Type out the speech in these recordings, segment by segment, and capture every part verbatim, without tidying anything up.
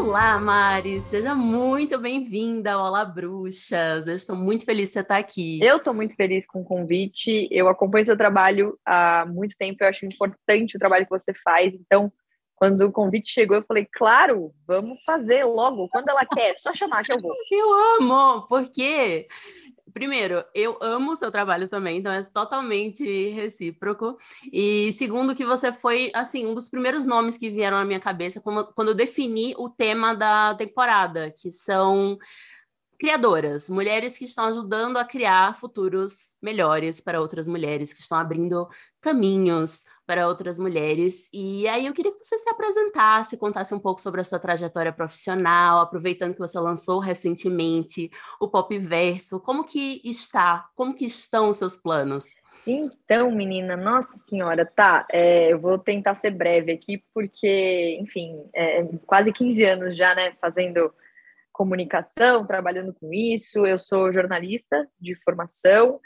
Olá, Mari! Seja muito bem-vinda ao Olá Bruxas. Eu estou muito feliz de você estar aqui. Eu estou muito feliz com o convite. Eu acompanho seu trabalho há muito tempo. Eu acho importante o trabalho que você faz. Então, quando o convite chegou, eu falei, claro, vamos fazer logo. Quando ela quer, só chamar que eu vou. Eu amo, porque... Primeiro, eu amo o seu trabalho também, então é totalmente recíproco. E segundo, que você foi, assim, um dos primeiros nomes que vieram na minha cabeça como, quando eu defini o tema da temporada, que são criadoras, mulheres que estão ajudando a criar futuros melhores para outras mulheres, que estão abrindo caminhos para outras mulheres. E aí eu queria que você se apresentasse, contasse um pouco sobre a sua trajetória profissional, aproveitando que você lançou recentemente o Popverso. Como que está? Como que estão os seus planos? Então, menina, nossa senhora, tá, é, eu vou tentar ser breve aqui, porque, enfim, é, quase quinze anos já, né, fazendo comunicação, trabalhando com isso. Eu sou jornalista de formação.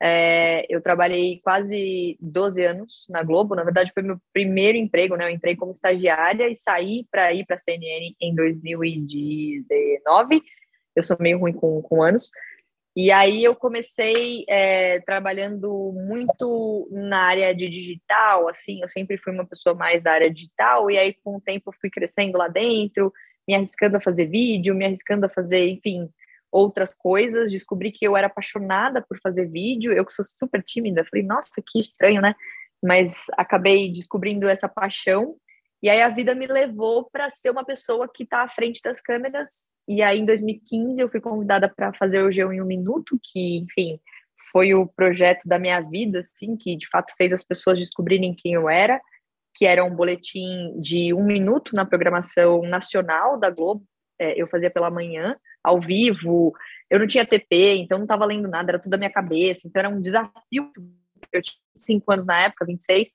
É, eu trabalhei quase doze anos na Globo. Na verdade, foi meu primeiro emprego, né? Eu entrei como estagiária e saí para ir para a C N N em dois mil e dezenove. Eu sou meio ruim com, com anos. E aí eu comecei é, trabalhando muito na área de digital, assim, eu sempre fui uma pessoa mais da área digital, e aí com o tempo eu fui crescendo lá dentro, me arriscando a fazer vídeo, me arriscando a fazer, enfim, outras coisas. Descobri que eu era apaixonada por fazer vídeo, eu que sou super tímida, falei, nossa, que estranho, né? Mas acabei descobrindo essa paixão, e aí a vida me levou para ser uma pessoa que está à frente das câmeras. E aí em dois mil e quinze eu fui convidada para fazer o G um em um minuto, que, enfim, foi o projeto da minha vida, assim, que de fato fez as pessoas descobrirem quem eu era, que era um boletim de um minuto na programação nacional da Globo. É, eu fazia pela manhã, ao vivo, eu não tinha T P, então não estava lendo nada, era tudo da minha cabeça, então era um desafio. Eu tinha cinco anos na época, vinte e seis,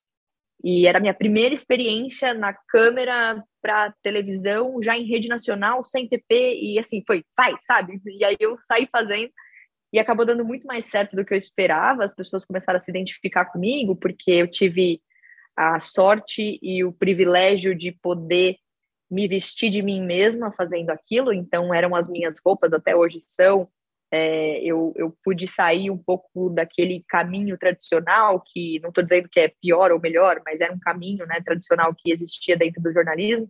e era a minha primeira experiência na câmera para televisão, já em rede nacional, sem T P, e assim, foi, vai, sabe? E aí eu saí fazendo, e acabou dando muito mais certo do que eu esperava. As pessoas começaram a se identificar comigo, porque eu tive a sorte e o privilégio de poder me vestir de mim mesma fazendo aquilo, então eram as minhas roupas, até hoje são. É, eu, eu pude sair um pouco daquele caminho tradicional, que não estou dizendo que é pior ou melhor, mas era um caminho, né, tradicional que existia dentro do jornalismo.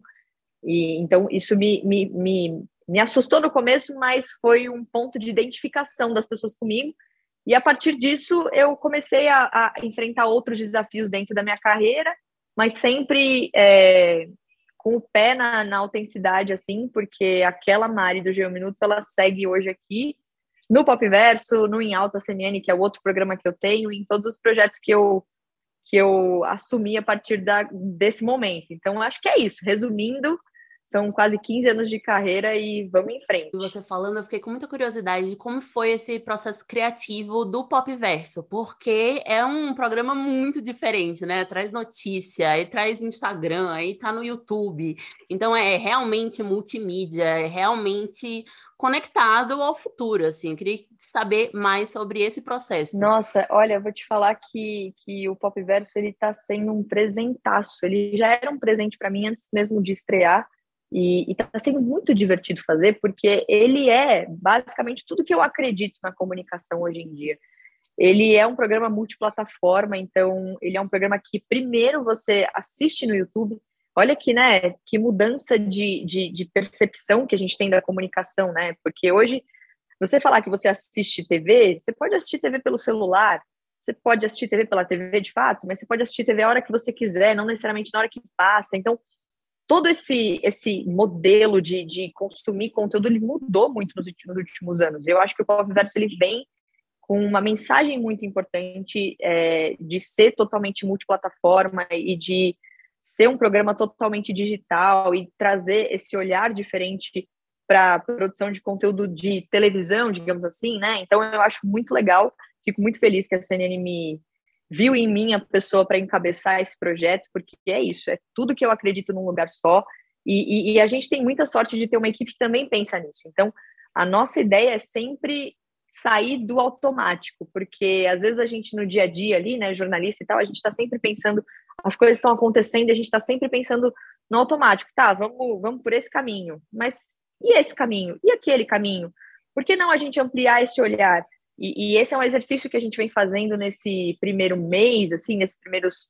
E então isso me, me, me, me assustou no começo, mas foi um ponto de identificação das pessoas comigo. E a partir disso eu comecei a, a enfrentar outros desafios dentro da minha carreira, mas sempre é, com o pé na, na autenticidade, assim, porque aquela Mari do G um Minuto, ela segue hoje aqui no Popverso, no Em Alta C N N, que é o outro programa que eu tenho, em todos os projetos que eu, que eu assumi a partir da, desse momento. Então, acho que é isso. Resumindo, são quase quinze anos de carreira e vamos em frente. Você falando, eu fiquei com muita curiosidade de como foi esse processo criativo do Popverso, porque é um programa muito diferente, né? Traz notícia, aí traz Instagram, aí tá no YouTube. Então é realmente multimídia, é realmente conectado ao futuro, assim. Eu queria saber mais sobre esse processo. Nossa, olha, eu vou te falar que, que o Popverso, ele tá sendo um presentaço. Ele já era um presente para mim antes mesmo de estrear. E está sendo muito divertido fazer, porque ele é basicamente tudo que eu acredito na comunicação hoje em dia. Ele é um programa multiplataforma, então ele é um programa que primeiro você assiste no YouTube. Olha que, né, que mudança de, de, de percepção que a gente tem da comunicação, né? Porque hoje, você falar que você assiste T V, você pode assistir T V pelo celular, você pode assistir T V pela T V de fato, mas você pode assistir T V a hora que você quiser, não necessariamente na hora que passa. Então, todo esse, esse modelo de, de consumir conteúdo, ele mudou muito nos últimos, nos últimos anos. Eu acho que o Popverso, ele vem com uma mensagem muito importante é, de ser totalmente multiplataforma e de ser um programa totalmente digital e trazer esse olhar diferente para a produção de conteúdo de televisão, digamos assim, né? Então, eu acho muito legal, fico muito feliz que a C N N me viu em mim a pessoa para encabeçar esse projeto, porque é isso, é tudo que eu acredito num lugar só, e, e, e a gente tem muita sorte de ter uma equipe que também pensa nisso. Então, a nossa ideia é sempre sair do automático, porque às vezes a gente no dia a dia ali, né, jornalista e tal, a gente está sempre pensando, as coisas estão acontecendo, a gente está sempre pensando no automático, tá, vamos, vamos por esse caminho, mas e esse caminho? E aquele caminho? Por que não a gente ampliar esse olhar? E, e esse é um exercício que a gente vem fazendo nesse primeiro mês, assim, nesses primeiros,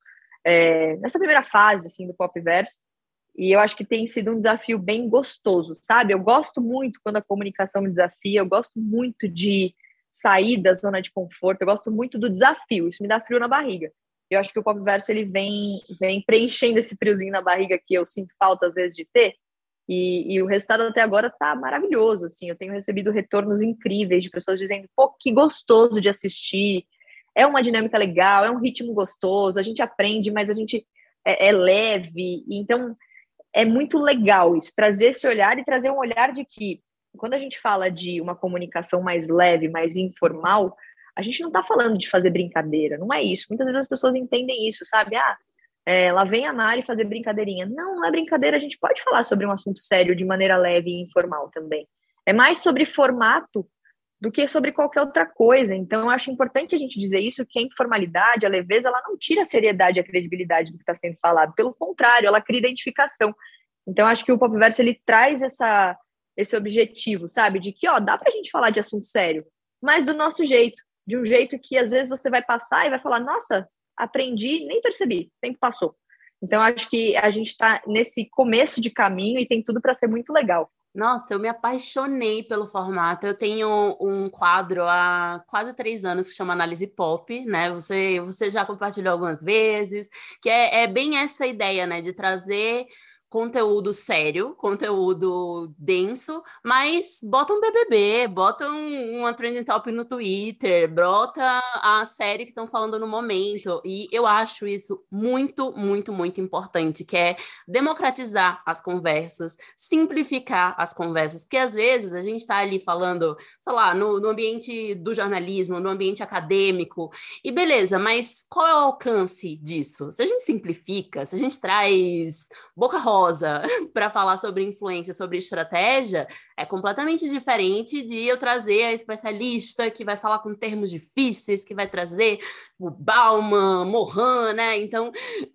é, nessa primeira fase, assim, do Popverso, e eu acho que tem sido um desafio bem gostoso, sabe? Eu gosto muito quando a comunicação me desafia, eu gosto muito de sair da zona de conforto, eu gosto muito do desafio, isso me dá frio na barriga. Eu acho que o Popverso, ele vem, vem preenchendo esse friozinho na barriga que eu sinto falta, às vezes, de ter, e, e o resultado até agora tá maravilhoso, assim, eu tenho recebido retornos incríveis de pessoas dizendo, pô, que gostoso de assistir, é uma dinâmica legal, é um ritmo gostoso, a gente aprende, mas a gente é, é leve, então é muito legal isso, trazer esse olhar e trazer um olhar de que, quando a gente fala de uma comunicação mais leve, mais informal, a gente não está falando de fazer brincadeira, não é isso. Muitas vezes as pessoas entendem isso, sabe? Ah, é, lá vem a Mari fazer brincadeirinha. Não, não é brincadeira, a gente pode falar sobre um assunto sério de maneira leve e informal também. É mais sobre formato do que sobre qualquer outra coisa. Então, eu acho importante a gente dizer isso, que a informalidade, a leveza, ela não tira a seriedade e a credibilidade do que está sendo falado. Pelo contrário, ela cria identificação. Então, acho que o Popverso, ele traz essa, esse objetivo, sabe? De que, ó, dá pra gente falar de assunto sério, mas do nosso jeito. De um jeito que, às vezes, você vai passar e vai falar, nossa, aprendi, nem percebi, o tempo passou. Então, acho que a gente está nesse começo de caminho e tem tudo para ser muito legal. Nossa, eu me apaixonei pelo formato. Eu tenho um quadro há quase três anos que chama Análise Pop, né? Você, você já compartilhou algumas vezes, que é, é bem essa ideia, né? De trazer conteúdo sério, conteúdo denso, mas bota um B B B, bota um, uma trending topic no Twitter, bota a série que estão falando no momento, e eu acho isso muito, muito, muito importante, que é democratizar as conversas, simplificar as conversas, porque às vezes a gente está ali falando, sei lá, no, no ambiente do jornalismo, no ambiente acadêmico, e beleza, mas qual é o alcance disso? Se a gente simplifica, se a gente traz boca rosa para falar sobre influência, sobre estratégia, é completamente diferente de eu trazer a especialista que vai falar com termos difíceis, que vai trazer o Bauman, Morin, né? Então,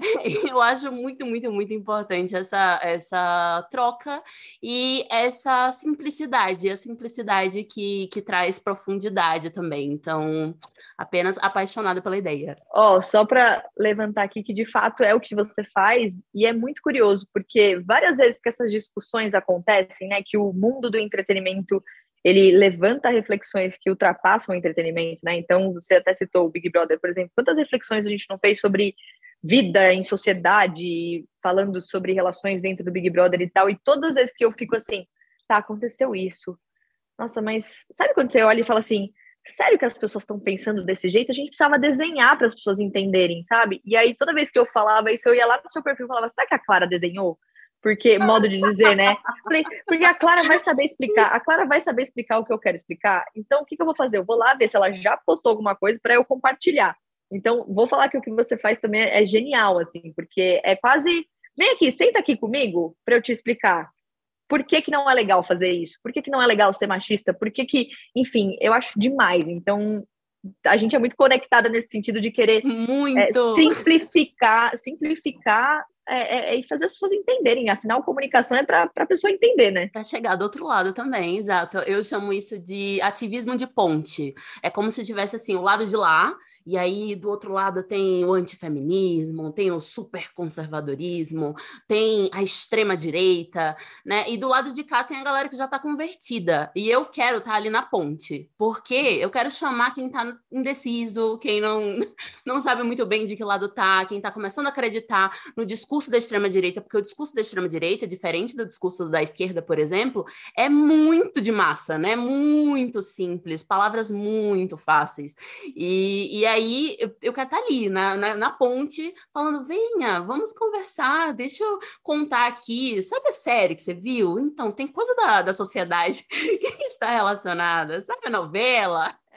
eu acho muito, muito, muito importante essa, essa troca e essa simplicidade, a simplicidade que, que traz profundidade também. Então, apenas apaixonada pela ideia. Ó, oh, só para levantar aqui que de fato é o que você faz, e é muito curioso, porque várias vezes que essas discussões acontecem, né, que o mundo do entretenimento, ele levanta reflexões que ultrapassam o entretenimento, né, então você até citou o Big Brother, por exemplo, quantas reflexões a gente não fez sobre vida em sociedade, falando sobre relações dentro do Big Brother e tal, e todas as vezes que eu fico assim, tá, aconteceu isso, nossa, mas sabe quando você olha e fala assim, sério que as pessoas estão pensando desse jeito? A gente precisava desenhar para as pessoas entenderem, sabe? E aí, toda vez que eu falava isso, eu ia lá no seu perfil e falava, será que a Clara desenhou? Porque, modo de dizer, né? Falei, porque a Clara vai saber explicar, a Clara vai saber explicar o que eu quero explicar. Então, o que, que eu vou fazer? Eu vou lá ver se ela já postou alguma coisa para eu compartilhar. Então, vou falar que o que você faz também é genial, assim, porque é quase, vem aqui, senta aqui comigo para eu te explicar. Por que que não é legal fazer isso? Por que que não é legal ser machista? Por que que, enfim, eu acho demais. Então, a gente é muito conectada nesse sentido de querer muito. É, simplificar, simplificar é, é, e fazer as pessoas entenderem. Afinal, comunicação é para a pessoa entender, né? Para chegar do outro lado também, exato. Eu chamo isso de ativismo de ponte. É como se tivesse, assim, o lado de lá, e aí do outro lado tem o antifeminismo, tem o superconservadorismo, tem a extrema-direita, né? E do lado de cá tem a galera que já está convertida. E eu quero estar tá ali na ponte, porque eu quero chamar quem está indeciso, quem não, não sabe muito bem de que lado tá, quem está começando a acreditar no discurso da extrema-direita, porque o discurso da extrema-direita, diferente do discurso da esquerda, por exemplo, é muito de massa, né? Muito simples, palavras muito fáceis. E, e aí eu, eu quero estar ali, na, na, na ponte, falando, venha, vamos conversar, deixa eu contar aqui. Sabe a série que você viu? Então, tem coisa da, da sociedade que está relacionada. Sabe a novela?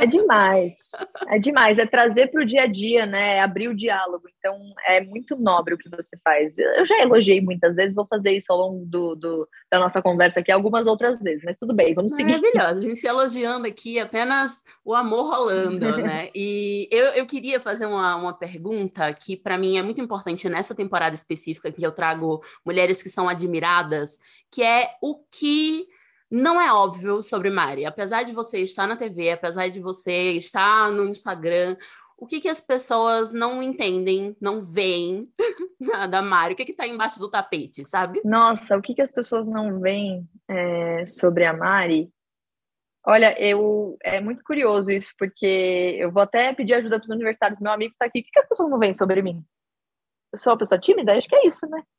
É demais, é demais, é trazer para o dia a dia, né? É abrir o diálogo. Então, é muito nobre o que você faz. Eu já elogiei muitas vezes, vou fazer isso ao longo do, do, da nossa conversa aqui algumas outras vezes, mas tudo bem, vamos seguir. Maravilhosa, a gente se elogiando aqui, apenas o amor rolando, né? E eu, eu queria fazer uma, uma pergunta que, para mim, é muito importante nessa temporada específica, que eu trago mulheres que são admiradas, que é o que não é óbvio sobre Mari. Apesar de você estar na T V, apesar de você estar no Instagram, o que, que as pessoas não entendem, não veem da Mari? O que está embaixo do tapete, sabe? Nossa, o que, que as pessoas não veem é, sobre a Mari? Olha, eu é muito curioso isso, porque eu vou até pedir ajuda para os universitários. Meu amigo está aqui. O que, que as pessoas não veem sobre mim? Eu sou uma pessoa tímida? Acho que é isso, né?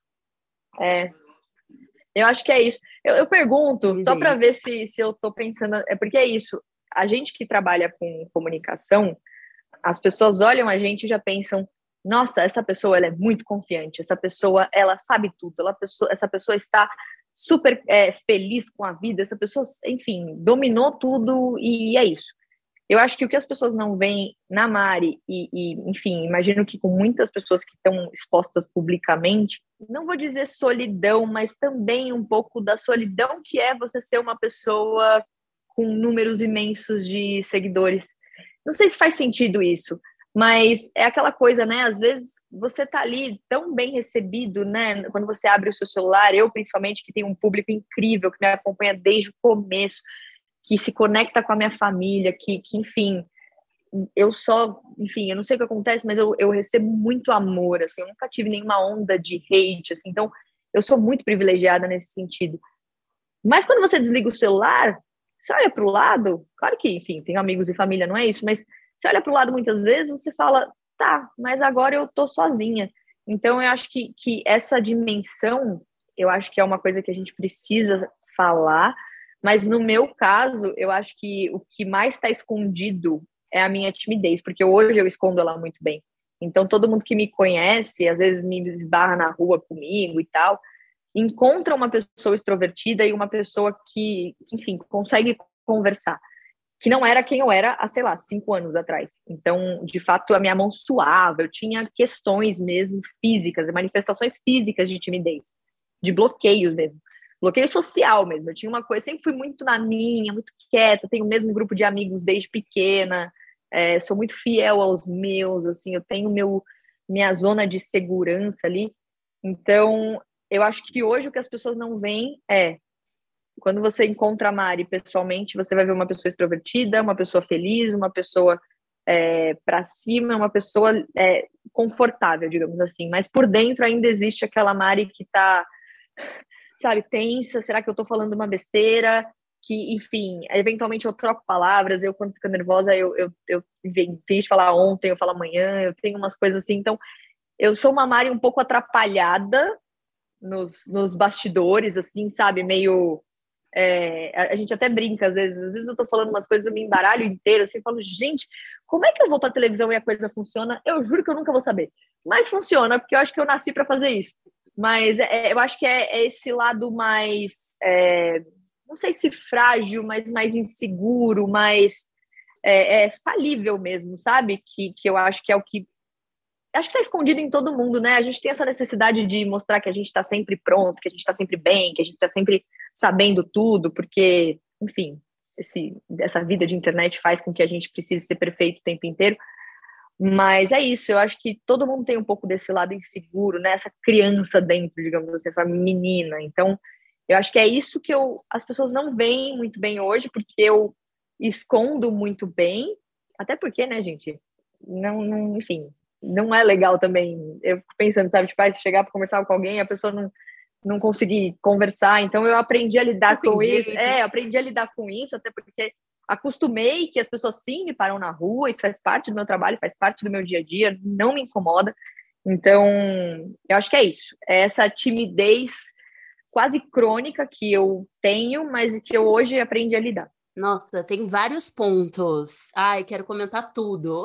É, eu acho que é isso. Eu, eu pergunto, Entendi. só para ver se, se eu estou pensando. É porque é isso. A gente que trabalha com comunicação, as pessoas olham a gente e já pensam: nossa, essa pessoa ela é muito confiante, essa pessoa ela sabe tudo, ela, pessoa, essa pessoa está super é, feliz com a vida, essa pessoa, enfim, dominou tudo e é isso. Eu acho que o que as pessoas não veem na Mari, e, e enfim, imagino que com muitas pessoas que estão expostas publicamente, não vou dizer solidão, mas também um pouco da solidão que é você ser uma pessoa com números imensos de seguidores. Não sei se faz sentido isso, mas é aquela coisa, né? Às vezes você tá ali tão bem recebido, né? Quando você abre o seu celular, eu principalmente, que tenho um público incrível, que me acompanha desde o começo, que se conecta com a minha família, que, que enfim, eu só, enfim, eu não sei o que acontece, mas eu, eu recebo muito amor, assim, eu nunca tive nenhuma onda de hate, assim, então eu sou muito privilegiada nesse sentido. Mas quando você desliga o celular, você olha para o lado, claro que, enfim, tenho amigos e família, não é isso, mas você olha para o lado muitas vezes, você fala, tá, mas agora eu tô sozinha. Então eu acho que, que essa dimensão, eu acho que é uma coisa que a gente precisa falar, mas no meu caso, eu acho que o que mais está escondido é a minha timidez, porque hoje eu escondo ela muito bem. Então todo mundo que me conhece, às vezes me esbarra na rua comigo e tal, encontra uma pessoa extrovertida e uma pessoa que, enfim, consegue conversar, que não era quem eu era há, sei lá, cinco anos atrás. Então, de fato, a minha mão suava, eu tinha questões mesmo físicas, manifestações físicas de timidez, de bloqueios mesmo, bloqueio social mesmo. Eu tinha uma coisa, sempre fui muito na minha, muito quieta, tenho o mesmo grupo de amigos desde pequena, é, sou muito fiel aos meus, assim, eu tenho meu, minha zona de segurança ali. Então, eu acho que hoje o que as pessoas não veem é, quando você encontra a Mari pessoalmente, você vai ver uma pessoa extrovertida, uma pessoa feliz, uma pessoa é, para cima, uma pessoa é, confortável, digamos assim. Mas por dentro ainda existe aquela Mari que tá, sabe, tensa, será que eu tô falando uma besteira? Que, enfim, eventualmente eu troco palavras, eu quando fico nervosa, eu, eu, eu fiz falar ontem, eu falo amanhã, eu tenho umas coisas assim. Então, eu sou uma Mari um pouco atrapalhada nos, nos bastidores, assim, sabe, meio... É, a gente até brinca às vezes, às vezes eu tô falando umas coisas, eu me embaralho inteiro, assim, falo, gente, como é que eu vou pra televisão e a coisa funciona? Eu juro que eu nunca vou saber. Mas funciona, porque eu acho que eu nasci para fazer isso. Mas é, eu acho que é, é esse lado mais, é, não sei se frágil, mas mais inseguro, mais é, é, falível mesmo, sabe? Que, que eu acho que é o que acho que está escondido em todo mundo, né? A gente tem essa necessidade de mostrar que a gente está sempre pronto, que a gente está sempre bem, que a gente está sempre sabendo tudo, porque, enfim, esse, essa vida de internet faz com que a gente precise ser perfeito o tempo inteiro. Mas é isso, eu acho que todo mundo tem um pouco desse lado inseguro, né? Essa criança dentro, digamos assim, essa menina. Então, eu acho que é isso que eu, as pessoas não veem muito bem hoje, porque eu escondo muito bem, até porque, né, gente? Não, não enfim... não é legal também, eu fico pensando, sabe, tipo, ah, se chegar para conversar com alguém, a pessoa não, não conseguir conversar, então eu aprendi a lidar com isso, é, aprendi a lidar com isso, até porque acostumei que as pessoas sim me param na rua, isso faz parte do meu trabalho, faz parte do meu dia a dia, não me incomoda, então eu acho que é isso, é essa timidez quase crônica que eu tenho, mas que eu hoje aprendi a lidar. Nossa, tem vários pontos, ai, quero comentar tudo.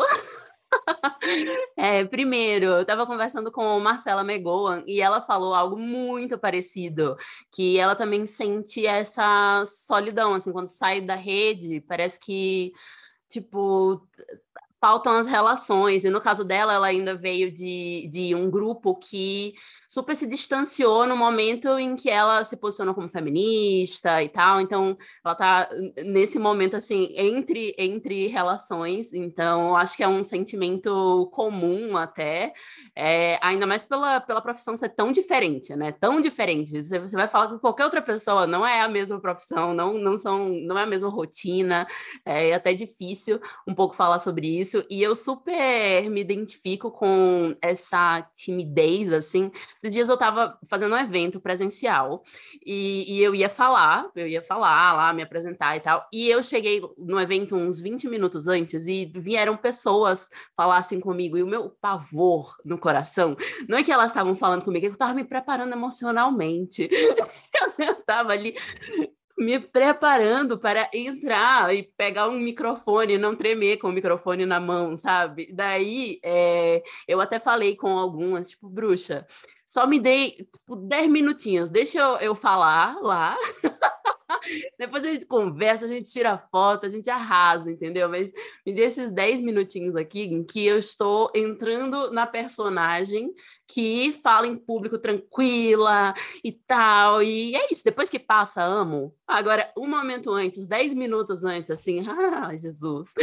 É, primeiro, eu estava conversando com Marcela Megoan e ela falou algo muito parecido, que ela também sente essa solidão, assim, quando sai da rede, parece que tipo, faltam as relações, e no caso dela, ela ainda veio de, de um grupo que super se distanciou no momento em que ela se posicionou como feminista e tal, então ela tá nesse momento, assim, entre, entre relações, então eu acho que é um sentimento comum até, é, ainda mais pela, pela profissão ser tão diferente, né, tão diferente, você, você vai falar com qualquer outra pessoa, não é a mesma profissão, não, não, são, não é a mesma rotina, é até difícil um pouco falar sobre isso, e eu super me identifico com essa timidez, assim. Esses dias eu estava fazendo um evento presencial e, e eu ia falar, eu ia falar lá, me apresentar e tal, e eu cheguei no evento uns vinte minutos antes e vieram pessoas falar assim comigo, e o meu pavor no coração, não é que elas estavam falando comigo, é que eu estava me preparando emocionalmente. Eu estava ali me preparando para entrar e pegar um microfone, não tremer com o microfone na mão, sabe? Daí, é, eu até falei com algumas, tipo, bruxa, só me dei tipo, dez minutinhos, deixa eu, eu falar lá, depois a gente conversa, a gente tira foto, a gente arrasa, entendeu? Mas me dê esses dez minutinhos aqui em que eu estou entrando na personagem que fala em público tranquila e tal. E é isso, depois que passa, amo. Agora, um momento antes, dez minutos antes, assim, ah, Jesus.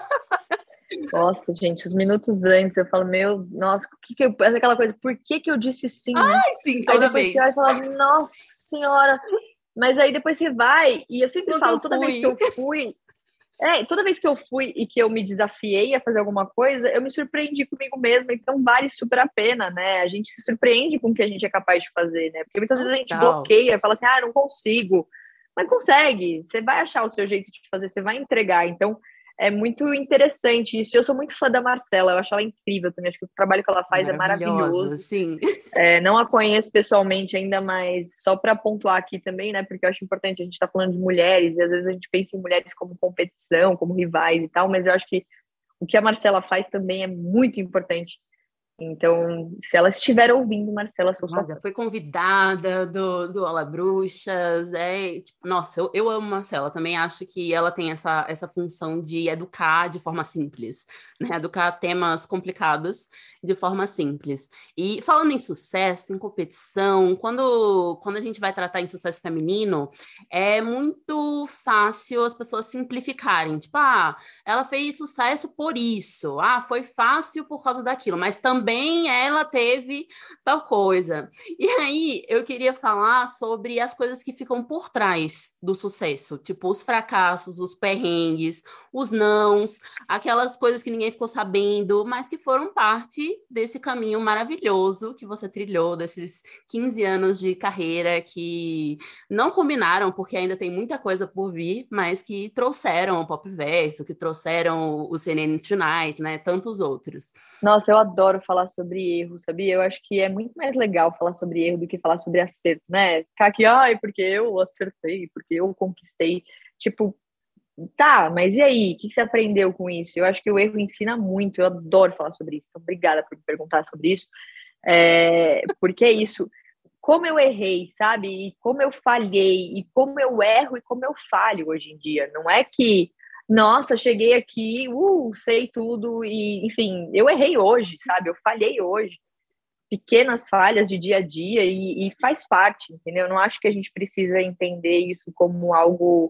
Nossa, gente, os minutos antes eu falo, meu, nossa, o que que eu, aquela coisa, por que que eu disse sim, né? Ai, sim, Aí toda depois vez. você vai falar, nossa senhora, mas aí depois você vai, e eu sempre Quando falo, eu toda vez que fui. eu fui, é, toda vez que eu fui e que eu me desafiei a fazer alguma coisa, eu me surpreendi comigo mesma, então vale super a pena, né? A gente se surpreende com o que a gente é capaz de fazer, né? Porque muitas vezes a gente Total. bloqueia, fala assim, ah, não consigo, mas consegue, você vai achar o seu jeito de fazer, você vai entregar, então é muito interessante isso. Eu sou muito fã da Marcela, eu acho ela incrível também, acho que o trabalho que ela faz é Maravilhosa, maravilhoso. sim. É, não a conheço pessoalmente ainda, mas só para pontuar aqui também, né? Porque eu acho importante, a gente está falando de mulheres, e às vezes a gente pensa em mulheres como competição, como rivais e tal, mas eu acho que o que a Marcela faz também é muito importante. Então, se ela estiver ouvindo, Marcela, sou sua Ah, já fã. foi convidada do, do Olá Bruxas, é, tipo, nossa, eu, eu amo Marcela, também acho que ela tem essa, essa função de educar de forma simples, né, educar temas complicados de forma simples. E falando em sucesso, em competição, quando, quando a gente vai tratar em sucesso feminino, é muito fácil as pessoas simplificarem, tipo, ah, ela fez sucesso por isso, ah, foi fácil por causa daquilo, mas também ela teve tal coisa. E aí eu queria falar sobre as coisas que ficam por trás do sucesso, tipo os fracassos, os perrengues, os nãos, aquelas coisas que ninguém ficou sabendo, mas que foram parte desse caminho maravilhoso que você trilhou, desses quinze anos de carreira que não combinaram, porque ainda tem muita coisa por vir, mas que trouxeram o Pop Verso, que trouxeram o C N N Tonight, né? Tantos outros. Nossa, eu adoro falar sobre erro, sabia? Eu acho que é muito mais legal falar sobre erro do que falar sobre acerto, né? Ficar aqui, ai, porque eu acertei, porque eu conquistei. Tipo, tá, mas e aí? O que você aprendeu com isso? Eu acho que o erro ensina muito, eu adoro falar sobre isso. Então, obrigada por me perguntar sobre isso. É, porque é isso. Como eu errei, sabe? E como eu falhei, e como eu erro e como eu falho hoje em dia. Não é que, nossa, cheguei aqui, uh, sei tudo, e enfim, eu errei hoje, sabe? Eu falhei hoje. Pequenas falhas de dia a dia e, e faz parte, entendeu? Eu não acho que a gente precisa entender isso como algo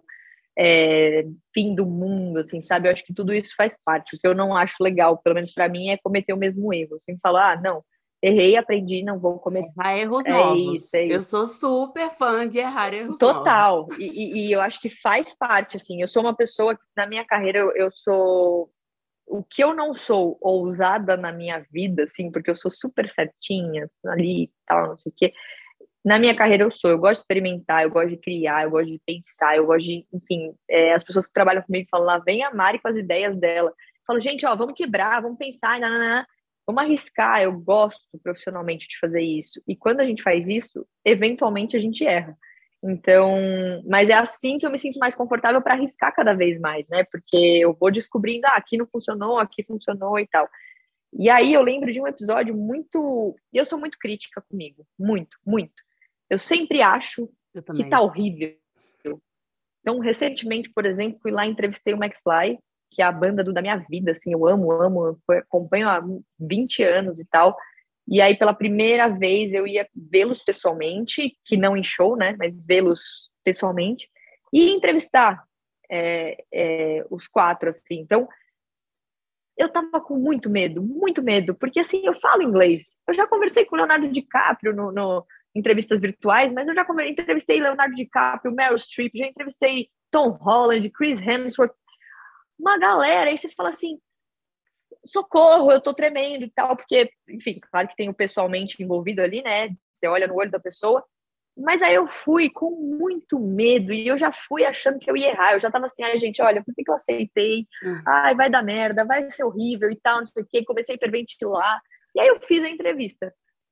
é, fim do mundo, assim, sabe? Eu acho que tudo isso faz parte. O que eu não acho legal, pelo menos para mim, é cometer o mesmo erro. Assim, falar, ah, não, errei, aprendi, não vou cometer. Errar erros É isso, novos. é Eu isso. sou super fã de errar erros novos. Total. E, e, e eu acho que faz parte, assim. Eu sou uma pessoa que, na minha carreira, eu, eu sou o que eu não sou ousada na minha vida, assim, porque eu sou super certinha ali e tal, não sei o quê. Na minha carreira eu sou, eu gosto de experimentar, eu gosto de criar, eu gosto de pensar, eu gosto de, enfim, é, as pessoas que trabalham comigo falam, lá vem a Mari com as ideias dela. Eu falo, gente, ó, vamos quebrar, vamos pensar, nanana, vamos arriscar, eu gosto profissionalmente de fazer isso. E quando a gente faz isso, eventualmente a gente erra. Então, mas é assim que eu me sinto mais confortável para arriscar cada vez mais, né? Porque eu vou descobrindo, ah, aqui não funcionou, aqui funcionou e tal. E aí eu lembro de um episódio muito. E eu sou muito crítica comigo, muito, muito. Eu sempre acho Eu que também. tá horrível. Então, recentemente, por exemplo, fui lá e entrevistei o McFly que é a banda do, da minha vida, assim, eu amo, amo, eu acompanho há vinte anos e tal. E aí, pela primeira vez, eu ia vê-los pessoalmente, que não em show, né, mas vê-los pessoalmente, e entrevistar é, é, os quatro, assim. Então, eu tava com muito medo, muito medo, porque, assim, eu falo inglês. Eu já conversei com o Leonardo DiCaprio no, no entrevistas virtuais, mas eu já entrevistei Leonardo DiCaprio, Meryl Streep, já entrevistei Tom Holland, Chris Hemsworth, uma galera. Aí você fala assim, socorro, eu tô tremendo e tal, porque, enfim, claro que tem o pessoalmente envolvido ali, né? Você olha no olho da pessoa. Mas aí eu fui com muito medo e eu já fui achando que eu ia errar. Eu já tava assim, ai, gente, olha, por que que eu aceitei? Hum. Ai, vai dar merda, vai ser horrível e tal, não sei o quê. Comecei a hiperventilar. E aí eu fiz a entrevista.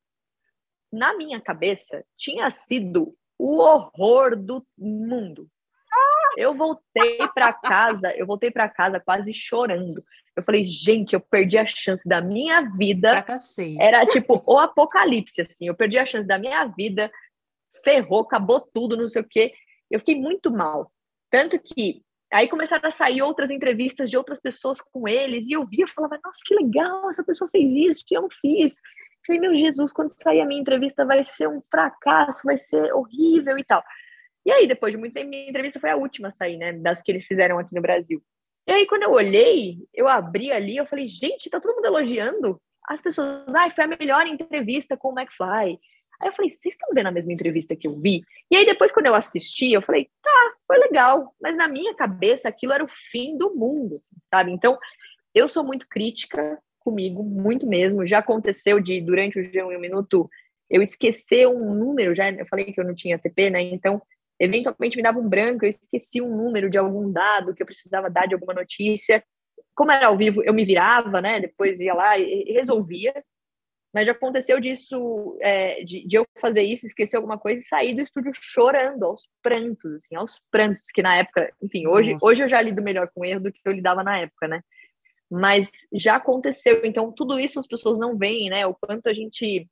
Na minha cabeça, tinha sido o horror do mundo. Eu voltei para casa, eu voltei para casa quase chorando. Eu falei, gente, eu perdi a chance da minha vida. Fracassei. Era tipo o apocalipse, assim. Eu perdi a chance da minha vida, ferrou, acabou tudo, não sei o quê. Eu fiquei muito mal. Tanto que aí começaram a sair outras entrevistas de outras pessoas com eles, e eu via, eu falava, nossa, que legal, essa pessoa fez isso, e eu não fiz. Eu falei, meu Jesus, quando sair a minha entrevista vai ser um fracasso, vai ser horrível e tal. E aí, depois de muito tempo, minha entrevista foi a última a sair, né, das que eles fizeram aqui no Brasil. E aí, quando eu olhei, eu abri ali, eu falei, gente, tá todo mundo elogiando. As pessoas, ai, foi a melhor entrevista com o McFly. Aí eu falei, vocês estão vendo a mesma entrevista que eu vi? E aí, depois, quando eu assisti, eu falei, tá, foi legal. Mas na minha cabeça, aquilo era o fim do mundo, assim, sabe? Então, eu sou muito crítica comigo, muito mesmo. Já aconteceu de, durante o G um em um minuto, eu esquecer um número, já eu falei que eu não tinha T P, né? Então, eventualmente me dava um branco, eu esqueci um número de algum dado que eu precisava dar de alguma notícia. Como era ao vivo, eu me virava, né? Depois ia lá e resolvia. Mas já aconteceu disso, é, de, de eu fazer isso, esquecer alguma coisa e sair do estúdio chorando, aos prantos, assim, aos prantos, que na época, enfim, hoje, hoje eu já lido melhor com erro do que eu lidava na época, né? Mas já aconteceu, então tudo isso as pessoas não veem, né? O quanto a gente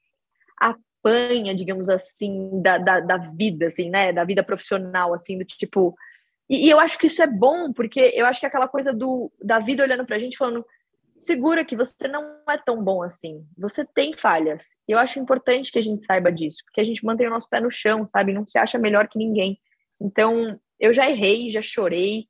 apanha, digamos assim, da, da, da vida, assim, né? Da vida profissional, assim, do tipo... E, e eu acho que isso é bom, porque eu acho que é aquela coisa do, da vida olhando pra gente, falando... segura que você não é tão bom assim. Você tem falhas. E eu acho importante que a gente saiba disso, porque a gente mantém o nosso pé no chão, sabe? Não se acha melhor que ninguém. Então, eu já errei, já chorei,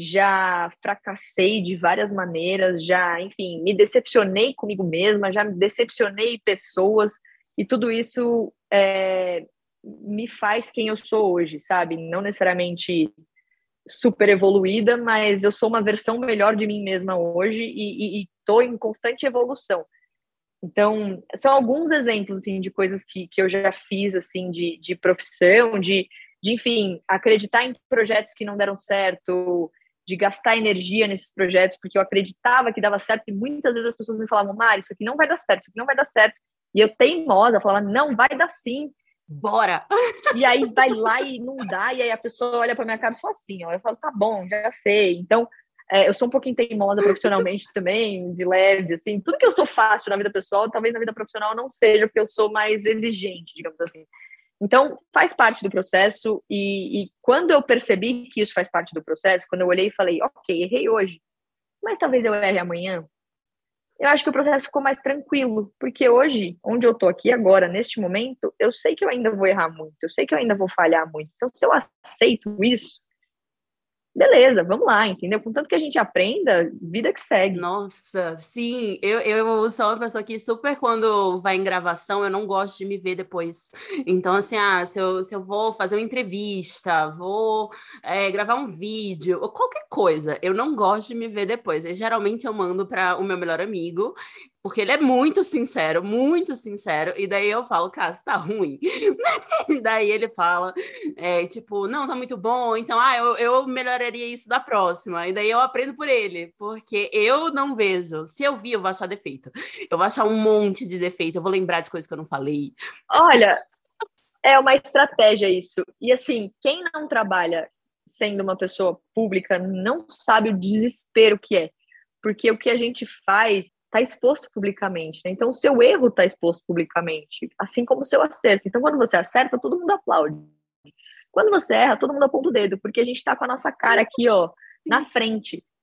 já fracassei de várias maneiras, já, enfim, me decepcionei comigo mesma, já me decepcionei pessoas, e tudo isso é, me faz quem eu sou hoje, sabe? Não necessariamente super evoluída, mas eu sou uma versão melhor de mim mesma hoje e estou em constante evolução. Então, são alguns exemplos, assim, de coisas que, que eu já fiz, assim, de, de profissão, de, de, enfim, acreditar em projetos que não deram certo, de gastar energia nesses projetos, porque eu acreditava que dava certo, e muitas vezes as pessoas me falavam, Mari, isso aqui não vai dar certo, isso aqui não vai dar certo. E eu teimosa, falava, não, vai dar sim. Bora! E aí vai lá e não dá, e aí a pessoa olha pra minha cara só assim, ó. Eu falo, tá bom, já sei. Então, é, eu sou um pouquinho teimosa profissionalmente também, de leve, assim. Tudo que eu sou fácil na vida pessoal, talvez na vida profissional não seja, porque eu sou mais exigente, digamos assim. Então, faz parte do processo, e, e quando eu percebi que isso faz parte do processo, quando eu olhei e falei, ok, errei hoje, mas talvez eu erre amanhã, eu acho que o processo ficou mais tranquilo, porque hoje, onde eu tô aqui agora, neste momento, eu sei que eu ainda vou errar muito, eu sei que eu ainda vou falhar muito. Então, se eu aceito isso, beleza, vamos lá, entendeu? Contanto que a gente aprenda, vida que segue. Nossa, sim, eu, eu sou uma pessoa que super, quando vai em gravação, eu não gosto de me ver depois. Então, assim, ah, se eu, se eu vou fazer uma entrevista, vou é, gravar um vídeo, ou qualquer coisa, eu não gosto de me ver depois. E, geralmente eu mando para o meu melhor amigo, porque ele é muito sincero, muito sincero, e daí eu falo, cara, tá ruim. E daí ele fala, é, tipo, não, tá muito bom, então, ah, eu, eu melhoraria isso da próxima. E daí eu aprendo por ele, porque eu não vejo. Se eu vi, eu vou achar defeito. Eu vou achar um monte de defeito, eu vou lembrar de coisas que eu não falei. Olha, é uma estratégia isso. E assim, quem não trabalha sendo uma pessoa pública não sabe o desespero que é. Porque o que a gente faz está exposto publicamente, né? Então, o seu erro está exposto publicamente, assim como o seu acerto. Então, quando você acerta, todo mundo aplaude. Quando você erra, todo mundo aponta o dedo, porque a gente está com a nossa cara aqui, ó, na frente.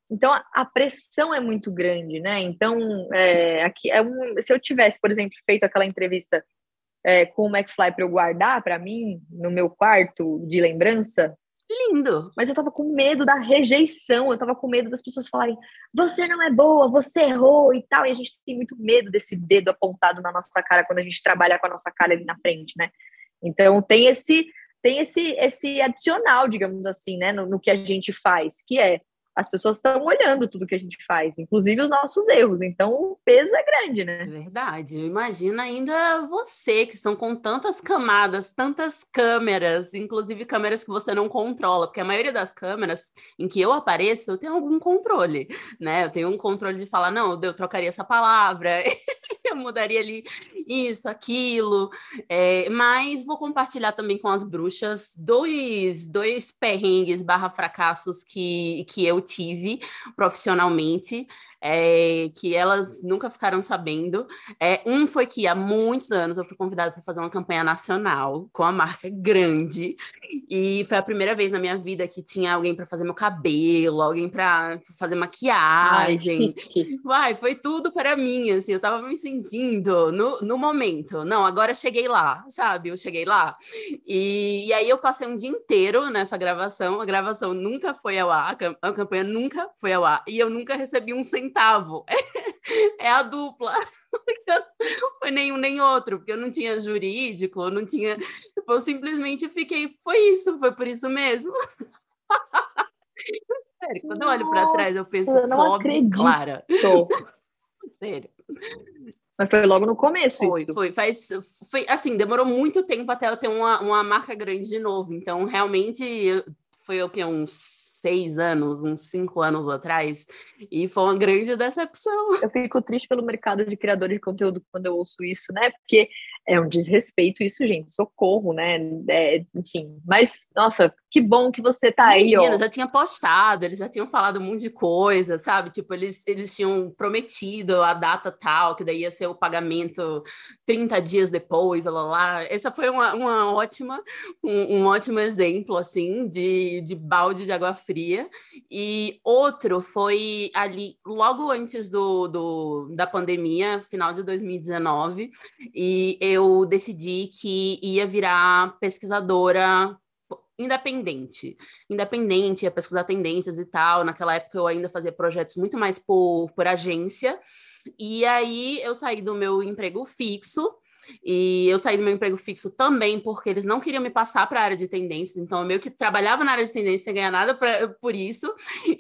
Então, a, a pressão é muito grande, né? Então, é, aqui, é um, se eu tivesse, por exemplo, feito aquela entrevista é, com o McFly para eu guardar para mim, no meu quarto de lembrança, Lindo! mas eu tava com medo da rejeição, eu tava com medo das pessoas falarem, você não é boa, você errou e tal, e a gente tem muito medo desse dedo apontado na nossa cara quando a gente trabalha com a nossa cara ali na frente, né? Então tem esse, tem esse, esse adicional, digamos assim, né, no, no que a gente faz, que é as pessoas estão olhando tudo que a gente faz, inclusive os nossos erros, então o peso é grande, né? Verdade. Imagina ainda você, que estão com tantas camadas, tantas câmeras, inclusive câmeras que você não controla, porque a maioria das câmeras em que eu apareço, eu tenho algum controle, né? Eu tenho um controle de falar, não, eu trocaria essa palavra, eu mudaria ali isso, aquilo, é, mas vou compartilhar também com as bruxas dois, dois perrengues barra fracassos que, que eu tive profissionalmente, é, que elas nunca ficaram sabendo. É, um foi que há muitos anos eu fui convidada para fazer uma campanha nacional com a marca grande, e foi a primeira vez na minha vida que tinha alguém para fazer meu cabelo, alguém para fazer Ai, maquiagem. chique. Vai, foi tudo para mim, assim, eu tava me sentindo no, no momento. Não, agora cheguei lá, sabe? Eu cheguei lá. E, e aí eu passei um dia inteiro nessa gravação, a gravação nunca foi ao ar, a campanha nunca foi ao ar, e eu nunca recebi um centavo. É a dupla. Não foi nenhum nem outro, porque eu não tinha jurídico, eu não tinha. Tipo, eu simplesmente fiquei. Foi isso, foi por isso mesmo. Sério, quando eu olho para trás, eu penso, Nossa, não Clóvis acredito. Clara. Sério. Mas foi logo no começo Foi, isso. foi, faz, foi, assim, demorou muito tempo até eu ter uma, uma marca grande de novo, então realmente foi o que, uns seis anos, uns cinco anos atrás, e foi uma grande decepção. Eu fico triste pelo mercado de criadores de conteúdo quando eu ouço isso, né? Porque é um desrespeito isso, gente. Socorro, né? É, enfim, mas, nossa, que bom que você tá aí, Imagina, ó. já tinha postado, eles já tinham falado um monte de coisa, sabe? Tipo, eles, eles tinham prometido a data tal, que daí ia ser o pagamento trinta dias depois, lá, lá, lá. Essa foi uma, uma ótima, um, um ótimo exemplo, assim, de, de balde de água fria. E outro foi ali, logo antes do, do, da pandemia, final de dois mil e dezenove, e eu decidi que ia virar pesquisadora independente, independente, ia pesquisar tendências e tal. Naquela época eu ainda fazia projetos muito mais por, por agência, e aí eu saí do meu emprego fixo, e eu saí do meu emprego fixo também porque eles não queriam me passar para a área de tendências, então eu meio que trabalhava na área de tendência sem ganhar nada pra, por isso,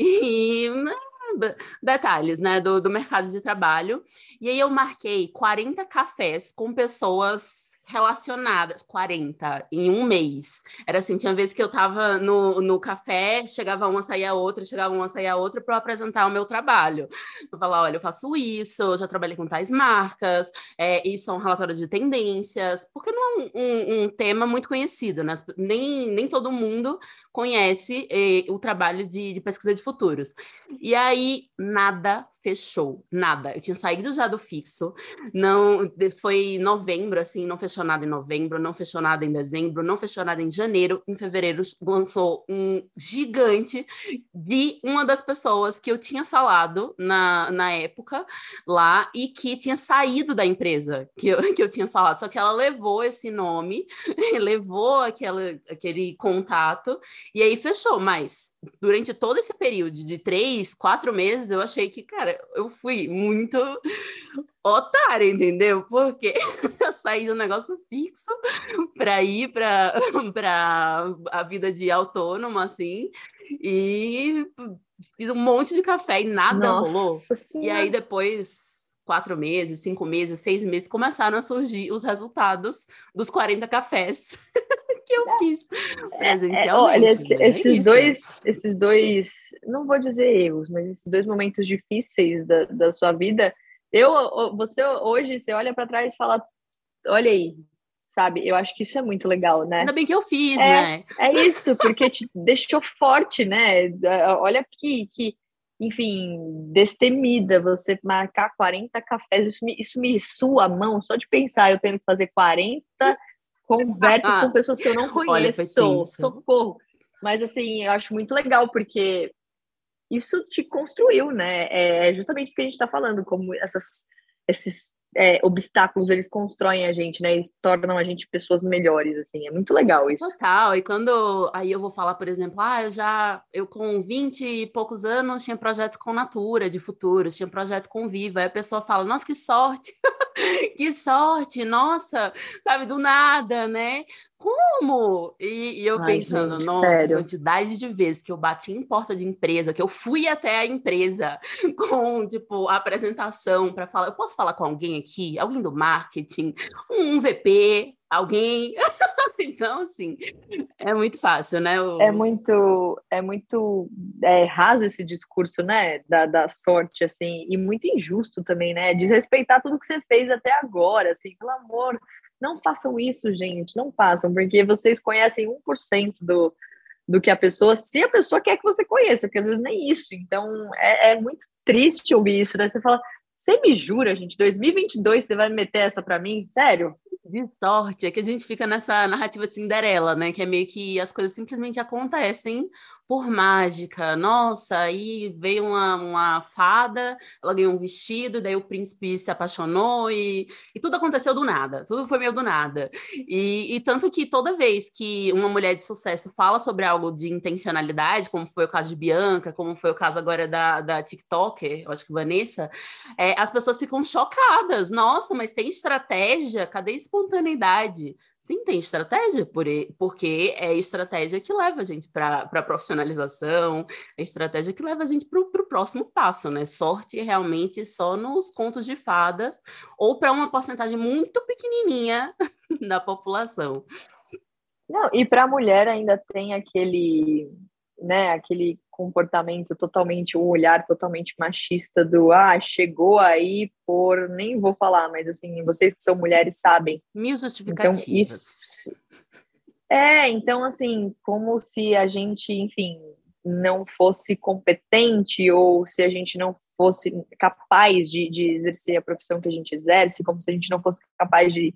e detalhes, né, do, do mercado de trabalho. E aí eu marquei quarenta cafés com pessoas relacionadas, quarenta em um mês. Era assim, tinha vezes que eu tava no, no café, chegava uma, saía outra, chegava uma, saía outra, para eu apresentar o meu trabalho. Eu falar, olha, eu faço isso, eu já trabalhei com tais marcas, é, isso é um relatório de tendências, porque não é um, um, um tema muito conhecido, né? Nem, nem todo mundo conhece eh, o trabalho de, de pesquisa de futuros. E aí, nada fechou, nada. Eu tinha saído já do fixo, não, foi novembro, assim, não fechou nada em novembro, não fechou nada em dezembro, não fechou nada em janeiro. Em fevereiro lançou um gigante de uma das pessoas que eu tinha falado na, na época lá e que tinha saído da empresa que eu, que eu tinha falado, só que ela levou esse nome, levou aquela, aquele contato e aí fechou, mas durante todo esse período de três, quatro meses, eu achei que, cara, eu fui muito otária, entendeu? Porque eu saí do negócio fixo para ir para a vida de autônomo, assim, e fiz um monte de café e nada rolou. Nossa E aí Senhora. depois, quatro meses, cinco meses, seis meses, começaram a surgir os resultados dos quarenta cafés que eu fiz É, olha, presencialmente. esse- Mas é esses isso. dois, esses dois, não vou dizer erros, mas esses dois momentos difíceis da, da sua vida, eu, você hoje, você olha para trás e fala, olha aí, sabe? Eu acho que isso é muito legal, né? Ainda bem que eu fiz, É, né? é isso, porque te deixou forte, né? Olha que, que, enfim, destemida você marcar quarenta cafés, isso me, isso me sua a mão, só de pensar eu tendo que fazer quarenta conversas com pessoas que eu não Olha, foi conheço, tenso. socorro. Mas, assim, eu acho muito legal, porque isso te construiu, né? É justamente isso que a gente está falando, como essas, esses é, obstáculos, eles constroem a gente, né? E tornam a gente pessoas melhores, assim. É muito legal isso. Total, e quando aí eu vou falar, por exemplo, ah, eu já, eu com vinte e poucos anos tinha projeto com Natura de futuros, tinha projeto com Viva, aí a pessoa fala, nossa, que sorte, que sorte, nossa, sabe, do nada, né? Como? E, e eu Ai, pensando, gente, nossa, a sério. quantidade de vezes que eu bati em porta de empresa, que eu fui até a empresa com, tipo, a apresentação para falar, eu posso falar com alguém aqui? Alguém do marketing? Um V P? Alguém? Então, assim, é muito fácil, né? É O... muito, é muito é, raso esse discurso, né, da, da sorte, assim, e muito injusto também, né, desrespeitar tudo que você fez até agora, assim, pelo amor, não façam isso, gente, não façam, porque vocês conhecem um por cento do, do que a pessoa, se a pessoa quer que você conheça, porque às vezes nem isso, então é, é muito triste ouvir isso, né, você fala, você me jura, gente, dois mil e vinte e dois você vai meter essa pra mim? Sério? De sorte, é que a gente fica nessa narrativa de Cinderela, né? Que é meio que as coisas simplesmente acontecem por mágica. Nossa, aí veio uma, uma fada, ela ganhou um vestido, daí o príncipe se apaixonou e, e tudo aconteceu do nada, tudo foi meio do nada. E, e tanto que toda vez que uma mulher de sucesso fala sobre algo de intencionalidade, como foi o caso de Bianca, como foi o caso agora da, da TikToker, eu acho que Vanessa, é, as pessoas ficam chocadas. Nossa, mas tem estratégia? Cadê a espontaneidade? Sim, tem estratégia, por, e- porque é estratégia que leva a gente para a profissionalização, é estratégia que leva a gente para o próximo passo, né? Sorte realmente só nos contos de fadas ou para uma porcentagem muito pequenininha da população. Não, e para a mulher ainda tem aquele, né, aquele comportamento totalmente, o olhar totalmente machista do, ah, chegou aí por, nem vou falar, mas assim, vocês que são mulheres sabem. Mil Então, isso justificativas. é, então assim, como se a gente, enfim, não fosse competente ou se a gente não fosse capaz de, de exercer a profissão que a gente exerce, como se a gente não fosse capaz de,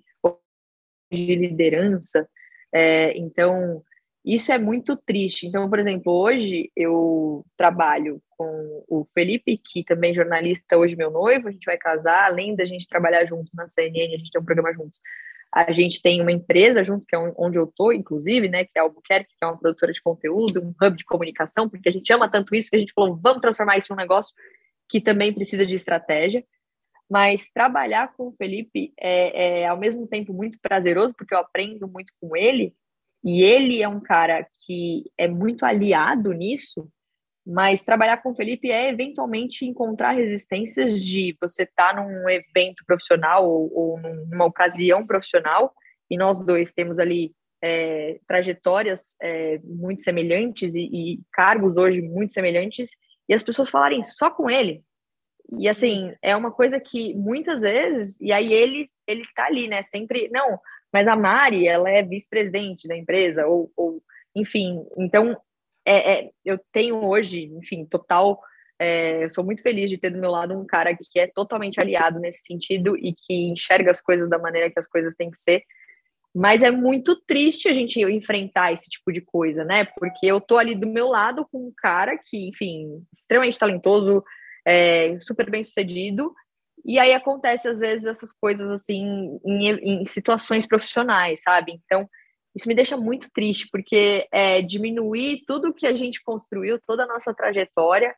de liderança. É, então, isso é muito triste. Então, por exemplo, hoje eu trabalho com o Felipe, que também é jornalista, hoje meu noivo, a gente vai casar, além da gente trabalhar junto na C N N, a gente tem um programa juntos. A gente tem uma empresa juntos, que é onde eu tô, inclusive, né, que é a Albuquerque, que é uma produtora de conteúdo, um hub de comunicação, porque a gente ama tanto isso que a gente falou, vamos transformar isso em um negócio que também precisa de estratégia. Mas trabalhar com o Felipe é, é, ao mesmo tempo, muito prazeroso, porque eu aprendo muito com ele, e ele é um cara que é muito aliado nisso, mas trabalhar com o Felipe é, eventualmente, encontrar resistências de você estar tá num evento profissional ou, ou numa ocasião profissional, e nós dois temos ali é, trajetórias é, muito semelhantes e, e cargos hoje muito semelhantes, e as pessoas falarem só com ele. E assim, é uma coisa que muitas vezes, e aí ele ele tá ali, né? Sempre, não, mas a Mari, ela é vice-presidente da empresa, ou, ou enfim, então é, é, eu tenho hoje, enfim, total. É, eu sou muito feliz de ter do meu lado um cara que é totalmente aliado nesse sentido e que enxerga as coisas da maneira que as coisas têm que ser. Mas é muito triste a gente enfrentar esse tipo de coisa, né? Porque eu tô ali do meu lado com um cara que, enfim, extremamente talentoso, é, super bem sucedido, e aí acontece às vezes essas coisas assim em, em situações profissionais, sabe? Então isso me deixa muito triste, porque é diminuir tudo que a gente construiu, toda a nossa trajetória,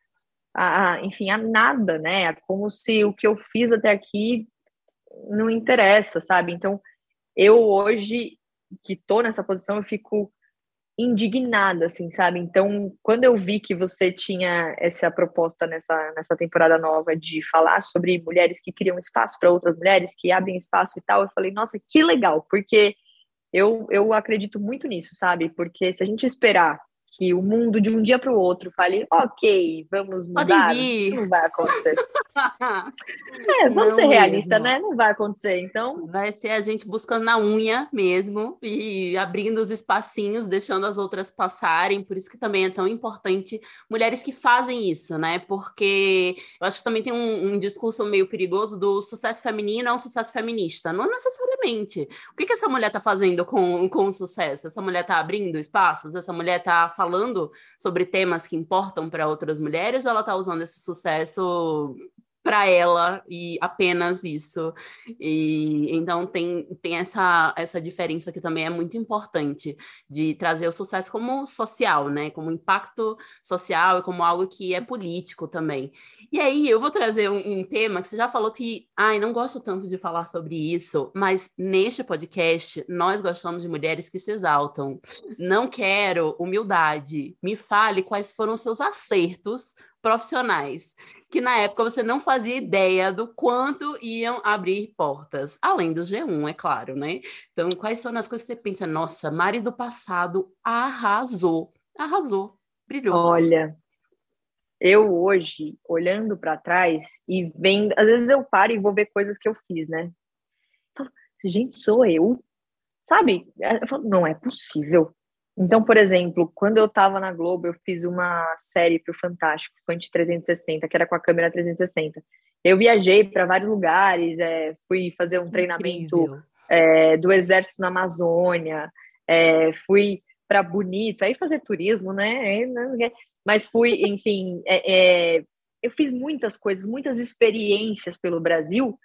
a, a, enfim, a nada, né? É como se o que eu fiz até aqui não interessa, sabe? Então eu hoje que tô nessa posição, eu fico indignada, assim, sabe? Então, quando eu vi que você tinha essa proposta nessa, nessa temporada nova de falar sobre mulheres que criam espaço para outras mulheres, que abrem espaço e tal, eu falei, nossa, que legal, porque eu, eu acredito muito nisso, sabe? Porque se a gente esperar que o mundo de um dia para o outro fale, ok, vamos Podem mudar, isso vir. não vai acontecer. É, vamos ser Não realistas, mesmo. né? Não vai acontecer. Então, Vai ser a gente buscando na unha mesmo e abrindo os espacinhos, deixando as outras passarem. Por isso que também é tão importante mulheres que fazem isso, né? Porque eu acho que também tem um, um discurso meio perigoso do sucesso feminino é um sucesso feminista. Não necessariamente. O que que essa mulher está fazendo com, com o sucesso? Essa mulher está abrindo espaços? Essa mulher está falando sobre temas que importam para outras mulheres ou ela está usando esse sucesso para ela e apenas isso? E então tem, tem essa, essa diferença que também é muito importante, de trazer o sucesso como social, né? Como impacto social e como algo que é político também. E aí eu vou trazer um, um tema que você já falou que, ai, não gosto tanto de falar sobre isso, mas neste podcast nós gostamos de mulheres que se exaltam. Não quero humildade. Me fale quais foram os seus acertos profissionais, que na época você não fazia ideia do quanto iam abrir portas, além do G um, é claro, né? Então, quais são as coisas que você pensa, nossa, Mari do passado arrasou, arrasou, brilhou. Olha, eu hoje, olhando para trás e vendo, às vezes eu paro e vou ver coisas que eu fiz, né? Eu falo, gente, sou eu? Sabe? Eu falo, não é possível. Então, por exemplo, quando eu estava na Globo, eu fiz uma série para o Fantástico, Fante trezentos e sessenta, que era com a câmera trezentos e sessenta. Eu viajei para vários lugares, é, fui fazer um treinamento é, do Exército na Amazônia, é, fui para Bonito, aí fazer turismo, né? Mas fui, enfim, é, é, eu fiz muitas coisas, muitas experiências pelo Brasil,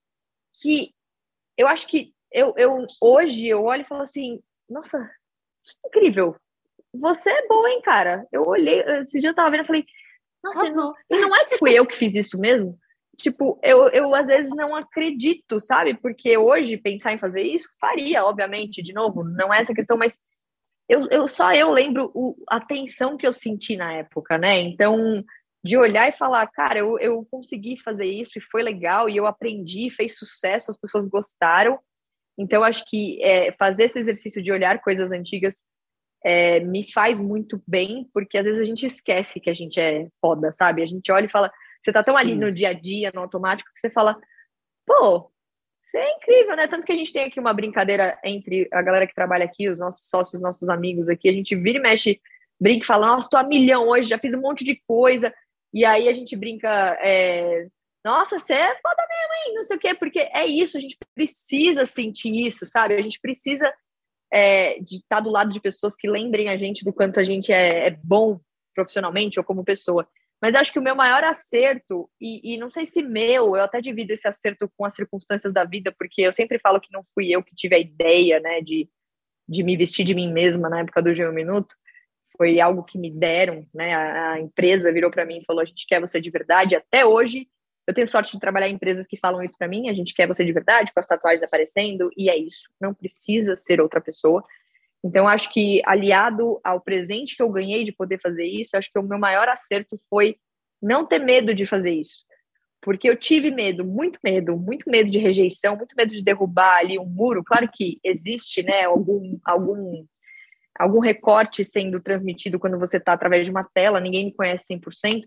que eu acho que eu, eu hoje eu olho e falo assim, nossa, que incrível, você é boa, hein, cara? Eu olhei, esse dia eu tava vendo e falei, nossa, não, e não é que fui eu que fiz isso mesmo? Tipo, eu, eu às vezes não acredito, sabe? Porque hoje pensar em fazer isso, faria, obviamente, de novo, não é essa questão, mas eu, eu só eu lembro o, a tensão que eu senti na época, né? Então, de olhar e falar, cara, eu, eu consegui fazer isso e foi legal, e eu aprendi, fez sucesso, as pessoas gostaram. Então, acho que é, fazer esse exercício de olhar coisas antigas é, me faz muito bem, porque às vezes a gente esquece que a gente é foda, sabe? A gente olha e fala, você tá tão ali Sim. no dia a dia, no automático, que você fala, pô, isso é incrível, né? Tanto que a gente tem aqui uma brincadeira entre a galera que trabalha aqui, os nossos sócios, nossos amigos aqui, a gente vira e mexe, brinca e fala, nossa, tô a milhão hoje, já fiz um monte de coisa, e aí a gente brinca, é, nossa, você é foda mesmo, hein? Não sei o quê, porque é isso, a gente precisa sentir isso, sabe? A gente precisa é, de estar do lado de pessoas que lembrem a gente do quanto a gente é, é bom profissionalmente ou como pessoa. Mas acho que o meu maior acerto, e, e não sei se meu, eu até divido esse acerto com as circunstâncias da vida, porque eu sempre falo que não fui eu que tive a ideia, né, de, de me vestir de mim mesma na época do G um Minuto, foi algo que me deram, né, a, a empresa virou para mim e falou, a gente quer você de verdade, até hoje, eu tenho sorte de trabalhar em empresas que falam isso para mim, a gente quer você de verdade, com as tatuagens aparecendo, e é isso, não precisa ser outra pessoa. Então, acho que, aliado ao presente que eu ganhei de poder fazer isso, acho que o meu maior acerto foi não ter medo de fazer isso. Porque eu tive medo, muito medo, muito medo de rejeição, muito medo de derrubar ali um muro. Claro que existe, né, algum, algum, algum recorte sendo transmitido quando você está através de uma tela, ninguém me conhece cem por cento,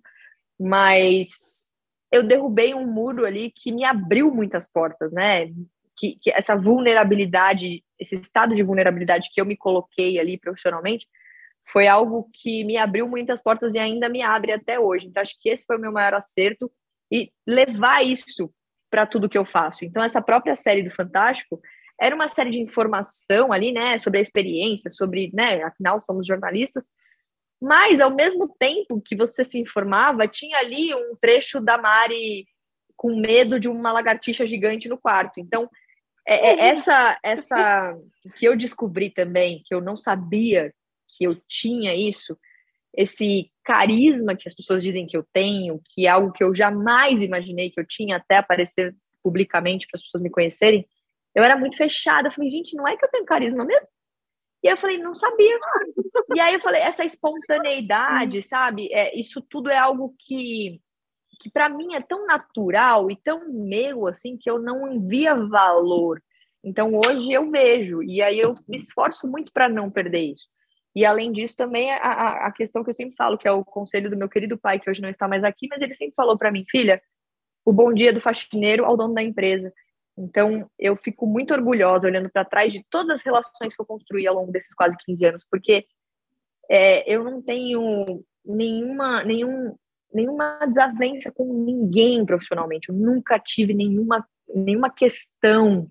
mas eu derrubei um muro ali que me abriu muitas portas, né? Que, que essa vulnerabilidade, esse estado de vulnerabilidade que eu me coloquei ali profissionalmente, foi algo que me abriu muitas portas e ainda me abre até hoje. Então, acho que esse foi o meu maior acerto e levar isso para tudo que eu faço. Então, essa própria série do Fantástico era uma série de informação ali, né, sobre a experiência, sobre, né, afinal, somos jornalistas, mas, ao mesmo tempo que você se informava, tinha ali um trecho da Mari com medo de uma lagartixa gigante no quarto. Então, É, é essa, essa que eu descobri também, que eu não sabia que eu tinha isso, esse carisma que as pessoas dizem que eu tenho, que é algo que eu jamais imaginei que eu tinha até aparecer publicamente para as pessoas me conhecerem, eu era muito fechada. Eu falei, gente, não é que eu tenho carisma mesmo? E aí eu falei, não sabia. E aí eu falei, essa espontaneidade, sabe? É, isso tudo é algo que... que para mim é tão natural e tão meu, assim, que eu não via valor. Então, hoje eu vejo, e aí eu me esforço muito para não perder isso. E, além disso, também a, a questão que eu sempre falo, que é o conselho do meu querido pai, que hoje não está mais aqui, mas ele sempre falou para mim, filha, o bom dia do faxineiro ao dono da empresa. Então, eu fico muito orgulhosa, olhando para trás, de todas as relações que eu construí ao longo desses quase quinze anos, porque é, eu não tenho nenhuma... nenhum nenhuma desavença com ninguém profissionalmente, eu nunca tive nenhuma, nenhuma questão,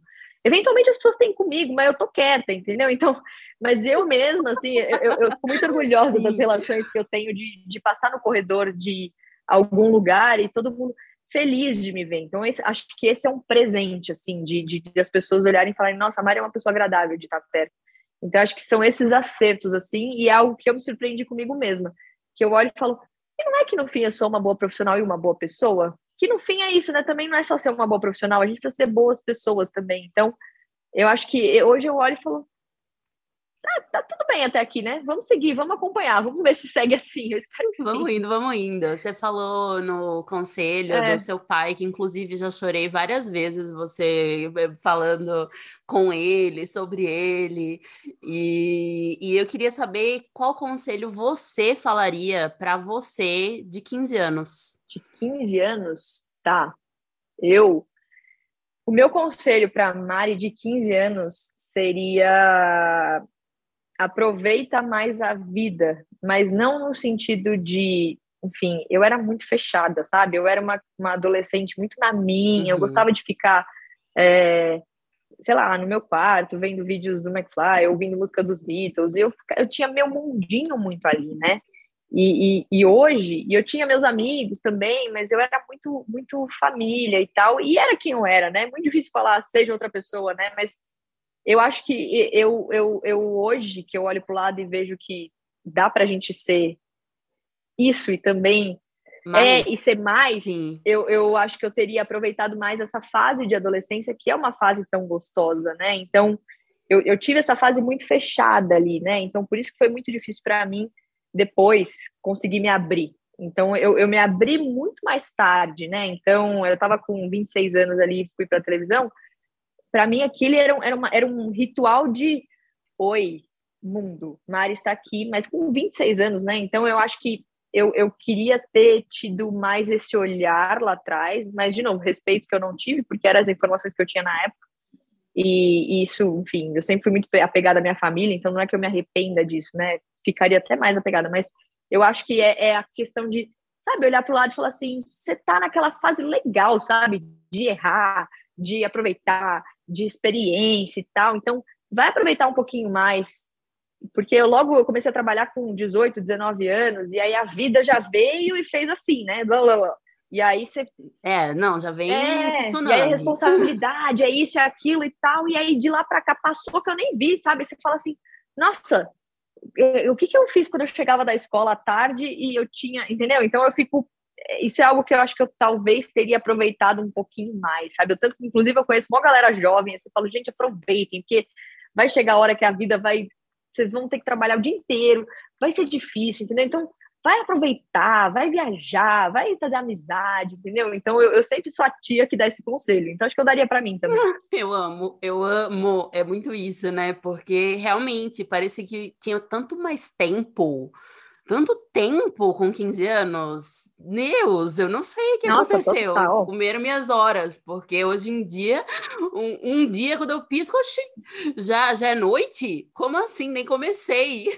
Eventualmente as pessoas têm comigo, mas eu tô quieta, entendeu? Então, mas eu mesma, assim, eu, eu, eu fico muito orgulhosa das relações que eu tenho de, de passar no corredor de algum lugar e todo mundo feliz de me ver. Então, esse, acho que esse é um presente, assim, de, de, de as pessoas olharem e falarem, nossa, a Mari é uma pessoa agradável de estar perto. Então, acho que são esses acertos, assim, e é algo que eu me surpreendi comigo mesma, que eu olho e falo, e não é que no fim eu sou uma boa profissional e uma boa pessoa? Que no fim é isso, né? Também não é só ser uma boa profissional, a gente precisa ser boas pessoas também. Então, eu acho que hoje eu olho e falo, ah, tá tudo bem até aqui, né? Vamos seguir, vamos acompanhar, vamos ver se segue assim. Eu espero que Vamos sim. indo, vamos indo. Você falou no conselho do É, seu pai, que inclusive já chorei várias vezes você eh, falando com ele, sobre ele. E, e eu queria saber qual conselho você falaria para você de quinze anos. de quinze anos, tá. Eu, o meu conselho para Mari de quinze anos seria aproveita mais a vida, mas não no sentido de, enfim, eu era muito fechada, sabe? Eu era uma, uma adolescente muito na minha, eu Uhum. gostava de ficar, é, sei lá, no meu quarto, vendo vídeos do McFly, ouvindo música dos Beatles, e eu, eu tinha meu mundinho muito ali, né? E, e, e hoje, e eu tinha meus amigos também, mas eu era muito, muito família e tal, e era quem eu era, né? Muito difícil falar seja outra pessoa, né? Mas eu acho que eu, eu, eu hoje, que eu olho para o lado e vejo que dá para a gente ser isso e também é e Mas, ser mais, sim. eu, eu acho que eu teria aproveitado mais essa fase de adolescência, que é uma fase tão gostosa, né? Então, eu, eu tive essa fase muito fechada ali, né? Então, por isso que foi muito difícil para mim depois conseguir me abrir. Então, eu, eu me abri muito mais tarde, né? Então, eu estava com vinte e seis anos ali, fui para a televisão. Para mim, aquilo era, era, uma, era um ritual de oi, mundo, Mari está aqui, mas com vinte e seis anos, né? Então, eu acho que eu, eu queria ter tido mais esse olhar lá atrás, mas, de novo, respeito que eu não tive, porque eram as informações que eu tinha na época. E, e isso, enfim, eu sempre fui muito apegada à minha família, então não é que eu me arrependa disso, né? Ficaria até mais apegada, mas eu acho que é, é a questão de, sabe, olhar para o lado e falar assim: você tá naquela fase legal, sabe? De errar, de aproveitar, de experiência e tal. Então, vai aproveitar um pouquinho mais, porque eu logo eu comecei a trabalhar com dezoito, dezenove anos, e aí a vida já veio e fez assim, né? Blá, blá, blá. E aí você. É, não, já vem É, e aí a tsunami. responsabilidade, é isso, é aquilo e tal, e aí de lá para cá passou que eu nem vi, sabe? Você fala assim, nossa, eu, o que, que eu fiz quando eu chegava da escola à tarde e eu tinha, entendeu? Então eu fico, isso é algo que eu acho que eu talvez teria aproveitado um pouquinho mais, sabe? Eu, tanto que, inclusive, eu conheço uma galera jovem, assim, eu falo, gente, aproveitem, porque vai chegar a hora que a vida vai, vocês vão ter que trabalhar o dia inteiro, vai ser difícil, entendeu? Então, vai aproveitar, vai viajar, vai fazer amizade, entendeu? Então, eu, eu sempre sou a tia que dá esse conselho, então acho que eu daria para mim também. Eu amo, eu amo, é muito isso, né? Porque realmente parece que tinha tanto mais tempo, tanto tempo com quinze anos. Deus, eu não sei o que Nossa, aconteceu. total. Comeram minhas horas, porque hoje em dia, um, um dia quando eu pisco, oxi, já, já é noite? Como assim? Nem comecei.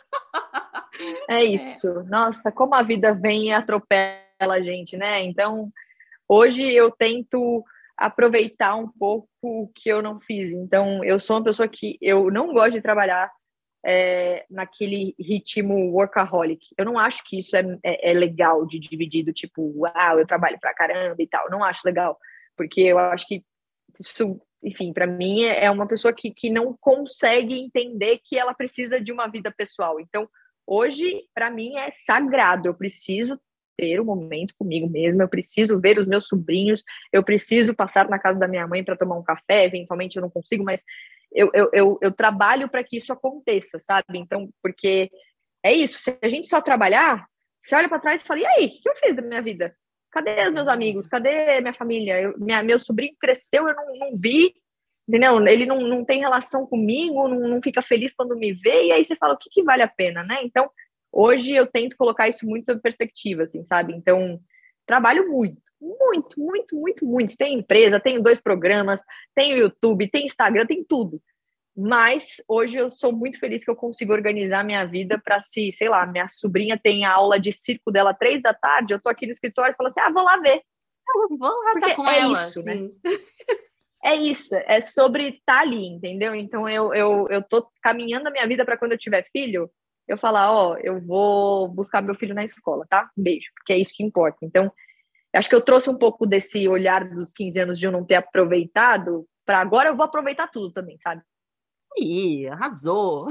É É. isso. Nossa, como a vida vem e atropela a gente, né? Então, hoje eu tento aproveitar um pouco o que eu não fiz. Então, eu sou uma pessoa que eu não gosto de trabalhar é, naquele ritmo workaholic. Eu não acho que isso é, é, é legal de dividido, tipo, uau, eu trabalho pra caramba e tal. Não acho legal, porque eu acho que isso, enfim, para mim é uma pessoa que, que não consegue entender que ela precisa de uma vida pessoal. Então, hoje, para mim, é sagrado. Eu preciso ter um momento comigo mesma, eu preciso ver os meus sobrinhos, eu preciso passar na casa da minha mãe para tomar um café, eventualmente eu não consigo, mas eu, eu, eu, eu trabalho para que isso aconteça, sabe? Então, porque é isso, se a gente só trabalhar, você olha para trás e fala, e aí, o que eu fiz da minha vida? Cadê os meus amigos? Cadê minha família? Eu, minha, meu sobrinho cresceu, eu não, não vi, entendeu? Ele não, não tem relação comigo, não, não fica feliz quando me vê, e aí você fala, o que, que vale a pena, né? Então, hoje eu tento colocar isso muito sob perspectiva, assim, sabe? Então, trabalho muito, muito, muito, muito, muito. Tem empresa, tenho dois programas, tenho YouTube, tem Instagram, tem tudo. Mas hoje eu sou muito feliz que eu consigo organizar minha vida para se, sei lá, minha sobrinha tem a aula de circo dela três da tarde, eu tô aqui no escritório e falo assim, ah, vou lá ver. Vou lá Porque estar com é ela, isso, né? sim. é isso, é sobre estar tá ali, entendeu? Então eu, eu, eu tô caminhando a minha vida para quando eu tiver filho, eu falar, ó, eu vou buscar meu filho na escola, tá? Um beijo, porque é isso que importa. Então, acho que eu trouxe um pouco desse olhar dos quinze anos de eu não ter aproveitado, para agora eu vou aproveitar tudo também, sabe? Ih, arrasou!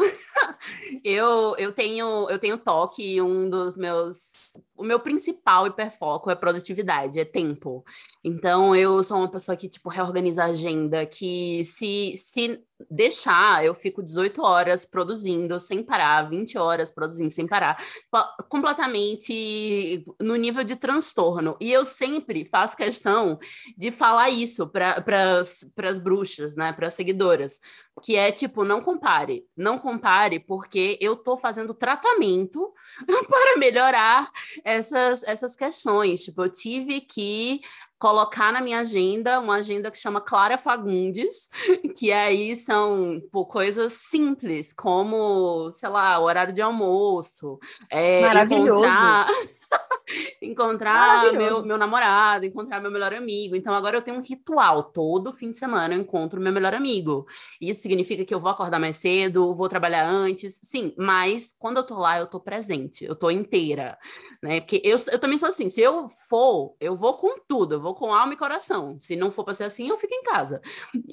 Eu, eu tenho eu tenho toque e um dos meus o meu principal hiperfoco é produtividade, é tempo. Então eu sou uma pessoa que tipo reorganiza a agenda, que se se deixar, eu fico dezoito horas produzindo sem parar, vinte horas produzindo sem parar, completamente no nível de transtorno. E eu sempre faço questão de falar isso para as bruxas, né, para as seguidoras, que é tipo, não compare, não compare, porque eu tô fazendo tratamento para melhorar essas, essas questões. Tipo, eu tive que colocar na minha agenda uma agenda que chama Clara Fagundes, que aí são pô, coisas simples, como, sei lá, o horário de almoço, é, Maravilhoso. encontrar... encontrar meu, Maravilhoso. meu namorado, encontrar meu melhor amigo. Então, agora eu tenho um ritual. Todo fim de semana eu encontro meu melhor amigo. Isso significa que eu vou acordar mais cedo, vou trabalhar antes. Sim, mas quando eu tô lá, eu tô presente. Eu tô inteira, né? Porque eu, eu também sou assim. Se eu for, eu vou com tudo. Eu vou com alma e coração. Se não for pra ser assim, eu fico em casa.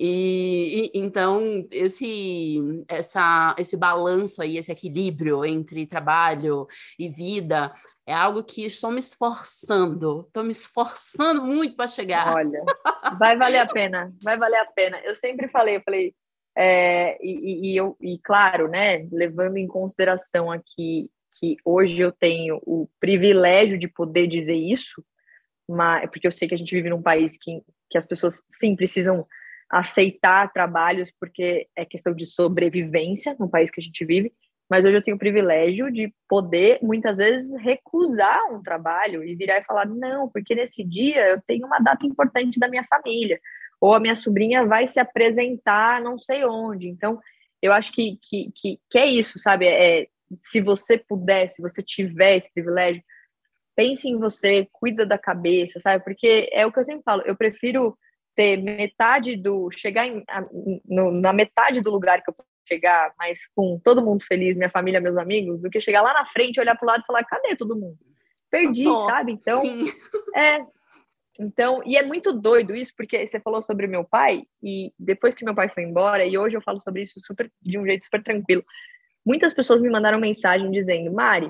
E, e então, esse, essa, esse balanço aí, esse equilíbrio entre trabalho e vida é algo que estou me esforçando, estou me esforçando muito para chegar. Olha, vai valer a pena, vai valer a pena. Eu sempre falei, eu falei, é, e, e, eu, e claro, né, levando em consideração aqui que hoje eu tenho o privilégio de poder dizer isso, mas, porque eu sei que a gente vive num país que, que as pessoas, sim, precisam aceitar trabalhos porque é questão de sobrevivência no país que a gente vive, mas hoje eu tenho o privilégio de poder, muitas vezes, recusar um trabalho e virar e falar, não, porque nesse dia eu tenho uma data importante da minha família, ou a minha sobrinha vai se apresentar não sei onde. Então, eu acho que, que, que, que é isso, sabe? É, se você puder, se você tiver esse privilégio, pense em você, cuida da cabeça, sabe? Porque é o que eu sempre falo, eu prefiro ter metade do... chegar em, no, na metade do lugar que eu chegar, mas com todo mundo feliz, minha família, meus amigos, do que chegar lá na frente, olhar para o lado e falar, cadê todo mundo? Perdi, Passou. sabe? Então, Sim. é... Então, e é muito doido isso, porque você falou sobre meu pai, e depois que meu pai foi embora, e hoje eu falo sobre isso super, de um jeito super tranquilo, muitas pessoas me mandaram mensagem dizendo, Mari,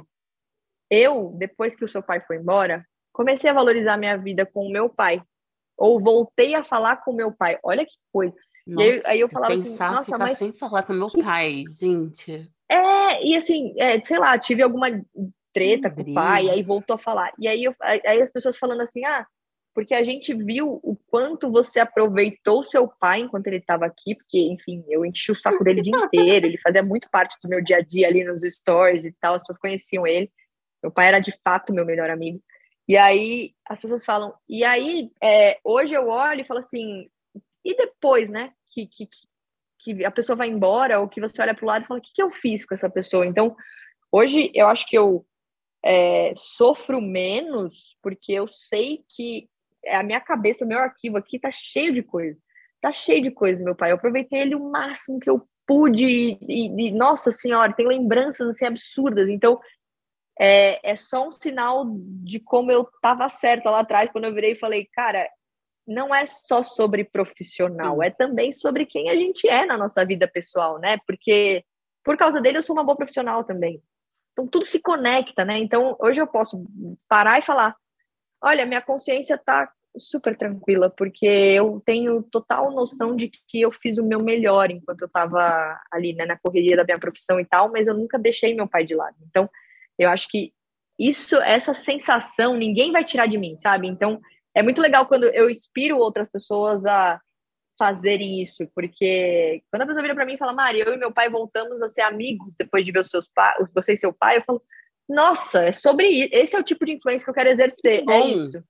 eu, depois que o seu pai foi embora, comecei a valorizar a minha vida com o meu pai, ou voltei a falar com o meu pai, olha que coisa. Nossa, e aí, aí eu falava assim, pensar nossa, ficar sem mas falar com meu que... pai, gente. É, e assim, é, sei lá, tive alguma treta Hum, com o pai, aí briga. voltou a falar. E aí, eu, aí as pessoas falando assim, ah, porque a gente viu o quanto você aproveitou o seu pai enquanto ele estava aqui, porque, enfim, eu enchi o saco dele o dia inteiro, ele fazia muito parte do meu dia a dia ali nos stories e tal, as pessoas conheciam ele. Meu pai era de fato meu melhor amigo. E aí as pessoas falam, e aí é, hoje eu olho e falo assim, e depois, né, que, que, que a pessoa vai embora, ou que você olha para o lado e fala, o que, que eu fiz com essa pessoa? Então, hoje eu acho que eu é, sofro menos, porque eu sei que a minha cabeça, meu arquivo aqui tá cheio de coisa. Tá cheio de coisa, meu pai. Eu aproveitei ele o máximo que eu pude e, e, e nossa senhora, tem lembranças assim absurdas. Então, é, é só um sinal de como eu estava certa lá atrás, quando eu virei e falei, cara, não é só sobre profissional, Sim. é também sobre quem a gente é na nossa vida pessoal, né? Porque por causa dele eu sou uma boa profissional também. Então tudo se conecta, né? Então hoje eu posso parar e falar, olha, minha consciência tá super tranquila, porque eu tenho total noção de que eu fiz o meu melhor enquanto eu estava ali, né, na correria da minha profissão e tal, mas eu nunca deixei meu pai de lado. Então, eu acho que isso, essa sensação, ninguém vai tirar de mim, sabe? Então, é muito legal quando eu inspiro outras pessoas a fazerem isso, porque quando a pessoa vira para mim e fala, Mari, eu e meu pai voltamos a ser amigos depois de ver os seus pais, você e seu pai, eu falo, nossa, é sobre isso, esse é o tipo de influência que eu quero exercer, é Bom. isso.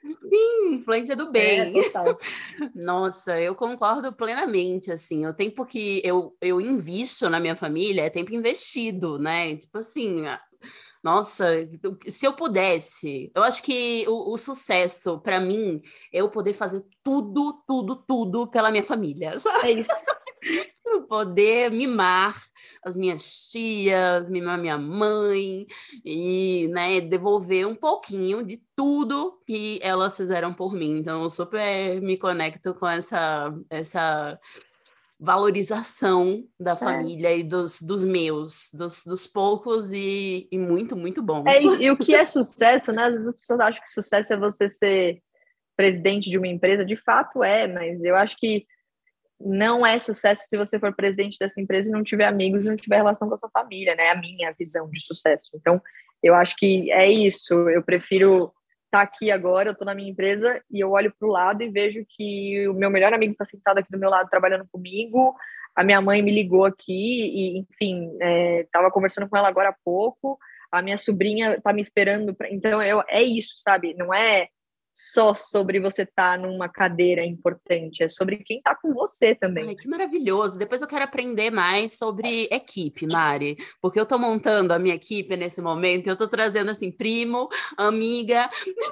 Sim, influência do É, bem. total. Nossa, eu concordo plenamente, assim, o tempo que eu, eu invisto na minha família é tempo investido, né? Tipo assim, Nossa, se eu pudesse, eu acho que o, o sucesso, para mim, é eu poder fazer tudo, tudo, tudo pela minha família, sabe? É isso. Eu poder mimar as minhas tias, mimar minha mãe e, né, devolver um pouquinho de tudo que elas fizeram por mim. Então, eu super me conecto com essa, essa valorização da É. família e dos, dos meus, dos, dos poucos e, e muito, muito É, bons. e, e o que é sucesso, né? Às vezes as pessoas acham que sucesso é você ser presidente de uma empresa, de fato é, mas eu acho que não é sucesso se você for presidente dessa empresa e não tiver amigos, não tiver relação com a sua família, né? A minha visão de sucesso. Então, eu acho que é isso. Eu prefiro estar aqui agora, eu estou na minha empresa e eu olho para o lado e vejo que o meu melhor amigo está sentado aqui do meu lado trabalhando comigo, a minha mãe me ligou aqui e, enfim, estava é, conversando com ela agora há pouco, a minha sobrinha está me esperando. Pra... Então, eu, é isso, sabe? Não é só sobre você estar tá numa cadeira importante, é sobre quem está com você também. Ai, que maravilhoso. Depois eu quero aprender mais sobre equipe, Mari, porque eu estou montando a minha equipe nesse momento, eu estou trazendo assim, primo, amiga.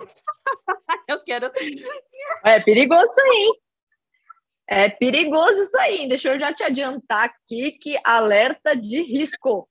Eu quero. É perigoso aí. É perigoso isso aí. Deixa eu já te adiantar aqui que alerta de risco.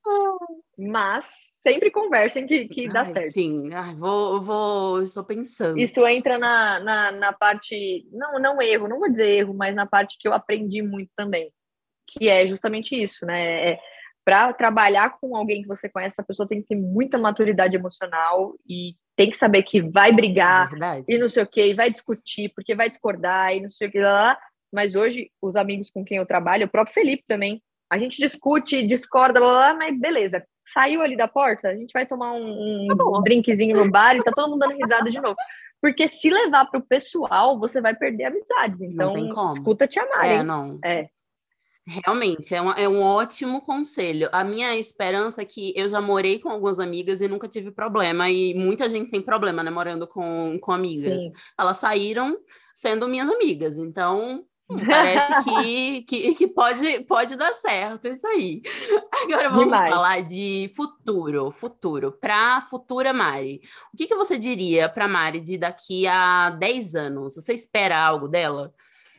Mas sempre conversem que, que dá Ai, certo. Sim, Ai, vou, vou, estou pensando. Isso entra na, na, na parte, não, não erro, não vou dizer erro, mas na parte que eu aprendi muito também, que é justamente isso, né? É, para trabalhar com alguém que você conhece, essa pessoa tem que ter muita maturidade emocional e tem que saber que vai brigar Verdade. e não sei o que, e vai discutir, porque vai discordar e não sei o que lá. Mas hoje, os amigos com quem eu trabalho, o próprio Felipe também, a gente discute, discorda, blá, blá, mas beleza. Saiu ali da porta, a gente vai tomar um, um drinkzinho no bar e tá todo mundo dando risada de novo. Porque se levar pro pessoal, você vai perder amizades. Então, não tem como. escuta te amar, é, hein? Não. É. Realmente, é, uma, é um ótimo conselho. A minha esperança é que eu já morei com algumas amigas e nunca tive problema, e muita gente tem problema, né, morando com, com amigas. Sim. Elas saíram sendo minhas amigas, então hum, parece que, que, que pode, pode dar certo isso aí. Agora vamos Demais. falar de futuro, futuro, para a futura Mari. O que, que você diria para a Mari de daqui a dez anos? Você espera algo dela?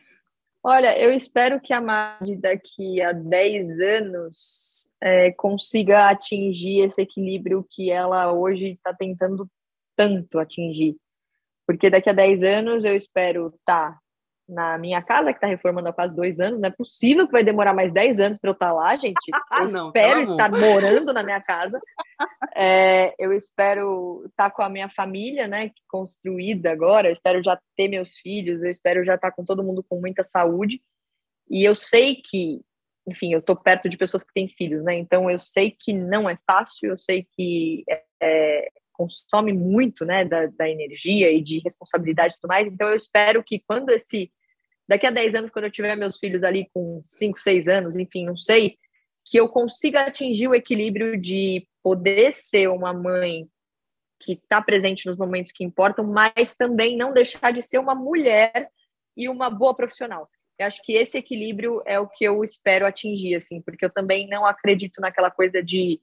Olha, eu espero que a Mari daqui a dez anos é, consiga atingir esse equilíbrio que ela hoje está tentando tanto atingir. Porque daqui a dez anos eu espero estar tá na minha casa, que está reformando há quase dois anos. Não é possível que vai demorar mais dez anos para eu estar tá lá, gente. Eu Não, espero estar morando na minha casa. É, eu espero estar com a minha família, né, construída agora. Eu espero já ter meus filhos. Eu espero já estar com todo mundo com muita saúde. E eu sei que, enfim, eu estou perto de pessoas que têm filhos, né? Então eu sei que não é fácil. Eu sei que é, consome muito, né, da, da energia e de responsabilidade e tudo mais. Então eu espero que quando esse daqui a dez anos, quando eu tiver meus filhos ali com cinco, seis anos, enfim, não sei, que eu consiga atingir o equilíbrio de poder ser uma mãe que está presente nos momentos que importam, mas também não deixar de ser uma mulher e uma boa profissional. Eu acho que esse equilíbrio é o que eu espero atingir, assim, porque eu também não acredito naquela coisa de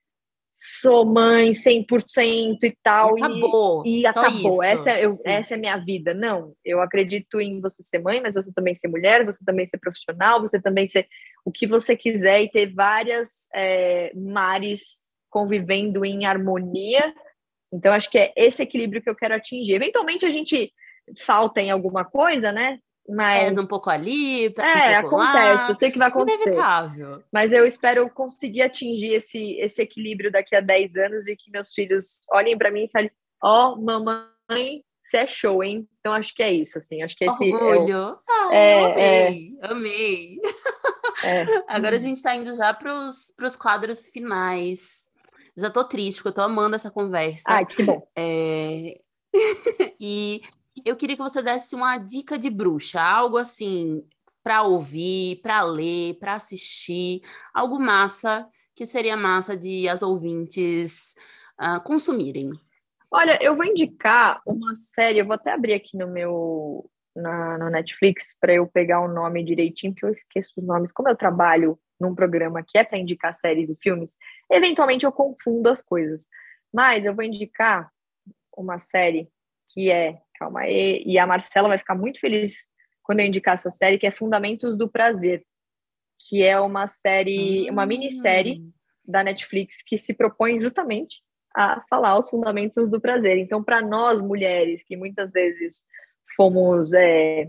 sou mãe cem por cento e tal, e acabou, e, e acabou. Essa é, eu, essa é a minha vida. Não, eu acredito em você ser mãe, mas você também ser mulher, você também ser profissional, você também ser o que você quiser e ter várias é, mares convivendo em harmonia. Então, acho que é esse equilíbrio que eu quero atingir. Eventualmente, a gente falta em alguma coisa, né? Mas... Perde um pouco ali, perde é, um pouco acontece, lá. eu sei que vai acontecer. Inevitável. Mas eu espero conseguir atingir esse, esse equilíbrio daqui a dez anos e que meus filhos olhem para mim e falem, ó, oh, mamãe, você é show, hein? Então, acho que é isso, assim. Acho que esse Orgulho. é o... Ai, é, eu amei, é... amei. É. Agora a gente está indo já para os quadros finais. Já tô triste, porque eu tô amando essa conversa. Ai, que bom. É... e eu queria que você desse uma dica de bruxa, algo assim, para ouvir, para ler, para assistir, algo massa, que seria massa de as ouvintes uh, consumirem. Olha, eu vou indicar uma série, eu vou até abrir aqui no meu na, no Netflix para eu pegar o nome direitinho, porque eu esqueço os nomes. Como eu trabalho num programa que é para indicar séries e filmes, eventualmente eu confundo as coisas. Mas eu vou indicar uma série que é, calma aí, e a Marcela vai ficar muito feliz quando eu indicar essa série, que é Fundamentos do Prazer, que é uma série, uma minissérie Hum. da Netflix que se propõe justamente a falar os fundamentos do prazer. Então, para nós mulheres que muitas vezes fomos é,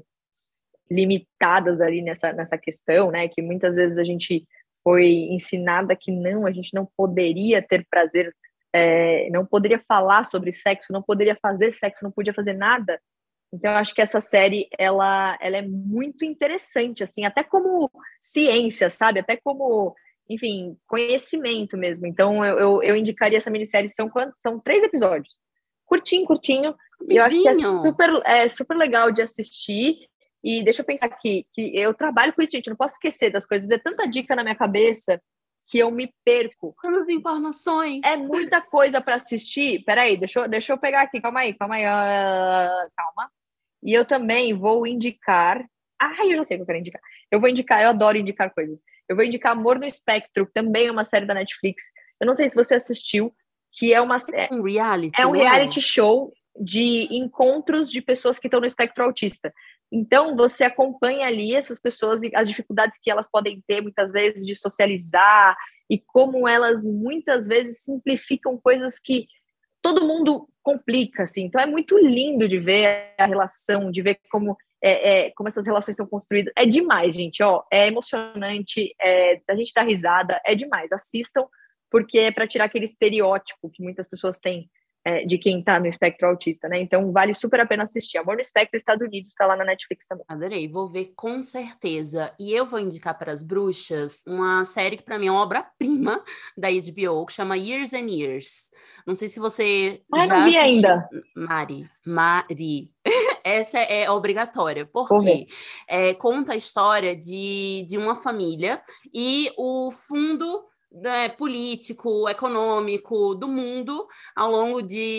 limitadas ali nessa, nessa questão, né, que muitas vezes a gente foi ensinada que não, a gente não poderia ter prazer, é, não poderia falar sobre sexo, não poderia fazer sexo, não podia fazer nada. Então, eu acho que essa série, ela, ela é muito interessante, assim, até como ciência, sabe? Até como, enfim, conhecimento mesmo. Então, eu, eu, eu indicaria essa minissérie, são, quantos? São três episódios. Curtinho, curtinho. E eu acho que é super, é super legal de assistir. E deixa eu pensar aqui, que eu trabalho com isso, gente, não posso esquecer das coisas. É tanta dica na minha cabeça que eu me perco. Tantas informações. É muita coisa para assistir. Peraí, deixa eu, deixa eu pegar aqui, calma aí, calma aí, uh, calma. E eu também vou indicar. Ah, eu já sei o que eu quero indicar. Eu vou indicar, eu adoro indicar coisas. Eu vou indicar Amor no Espectro, que também é uma série da Netflix. Eu não sei se você assistiu, que é uma É um reality, é um reality é? show de encontros de pessoas que estão no espectro autista. Então, você acompanha ali essas pessoas e as dificuldades que elas podem ter, muitas vezes, de socializar, e como elas, muitas vezes, simplificam coisas que todo mundo complica, assim. Então, é muito lindo de ver a relação, de ver como, é, é, como essas relações são construídas. É demais, gente, ó. É emocionante, é, a gente dá risada, é demais. Assistam, porque é para tirar aquele estereótipo que muitas pessoas têm é, de quem está no espectro autista, né? Então, vale super a pena assistir. Amor no Espectro, Estados Unidos, está lá na Netflix também. Adorei, vou ver com certeza. E eu vou indicar para as bruxas uma série que para mim é uma obra-prima da H B O, que chama Years and Years. Não sei se você Ah, já não vi assistiu. ainda. Mari, Mari. Essa é obrigatória, Vou ver. porque é, conta a história de, de uma família e o fundo né, político, econômico do mundo ao longo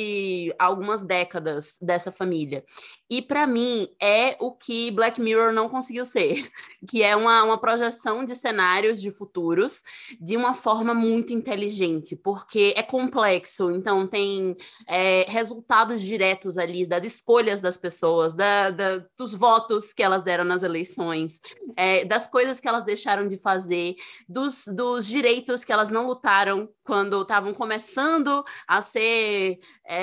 de algumas décadas dessa família. E para mim é o que Black Mirror não conseguiu ser, que é uma, uma projeção de cenários de futuros de uma forma muito inteligente, porque é complexo, então tem é, resultados diretos ali das escolhas das pessoas, da, da, dos votos que elas deram nas eleições, é, das coisas que elas deixaram de fazer, dos, dos direitos que elas não lutaram quando estavam começando a ser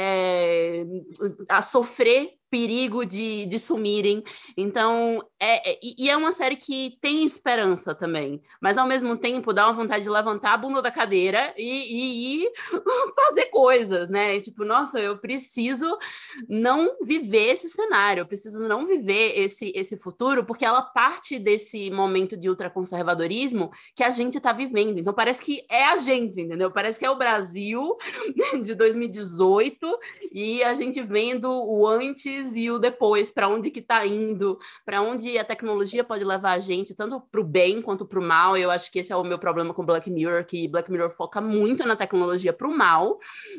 é, a sofrer perigo de, de sumirem. Então, é, é, e é uma série que tem esperança também, mas ao mesmo tempo dá uma vontade de levantar a bunda da cadeira e, e, e fazer coisas, né? Tipo, nossa, eu preciso não viver esse cenário, eu preciso não viver esse, esse futuro, porque ela parte desse momento de ultraconservadorismo que a gente está vivendo. Então, parece que é a gente, entendeu? Parece que é o Brasil de dois mil e dezoito e a gente vendo o antes e o depois, para onde que está indo, para onde a tecnologia pode levar a gente, tanto para o bem quanto para o mal. Eu acho que esse é o meu problema com Black Mirror, que Black Mirror foca muito na tecnologia para o mal,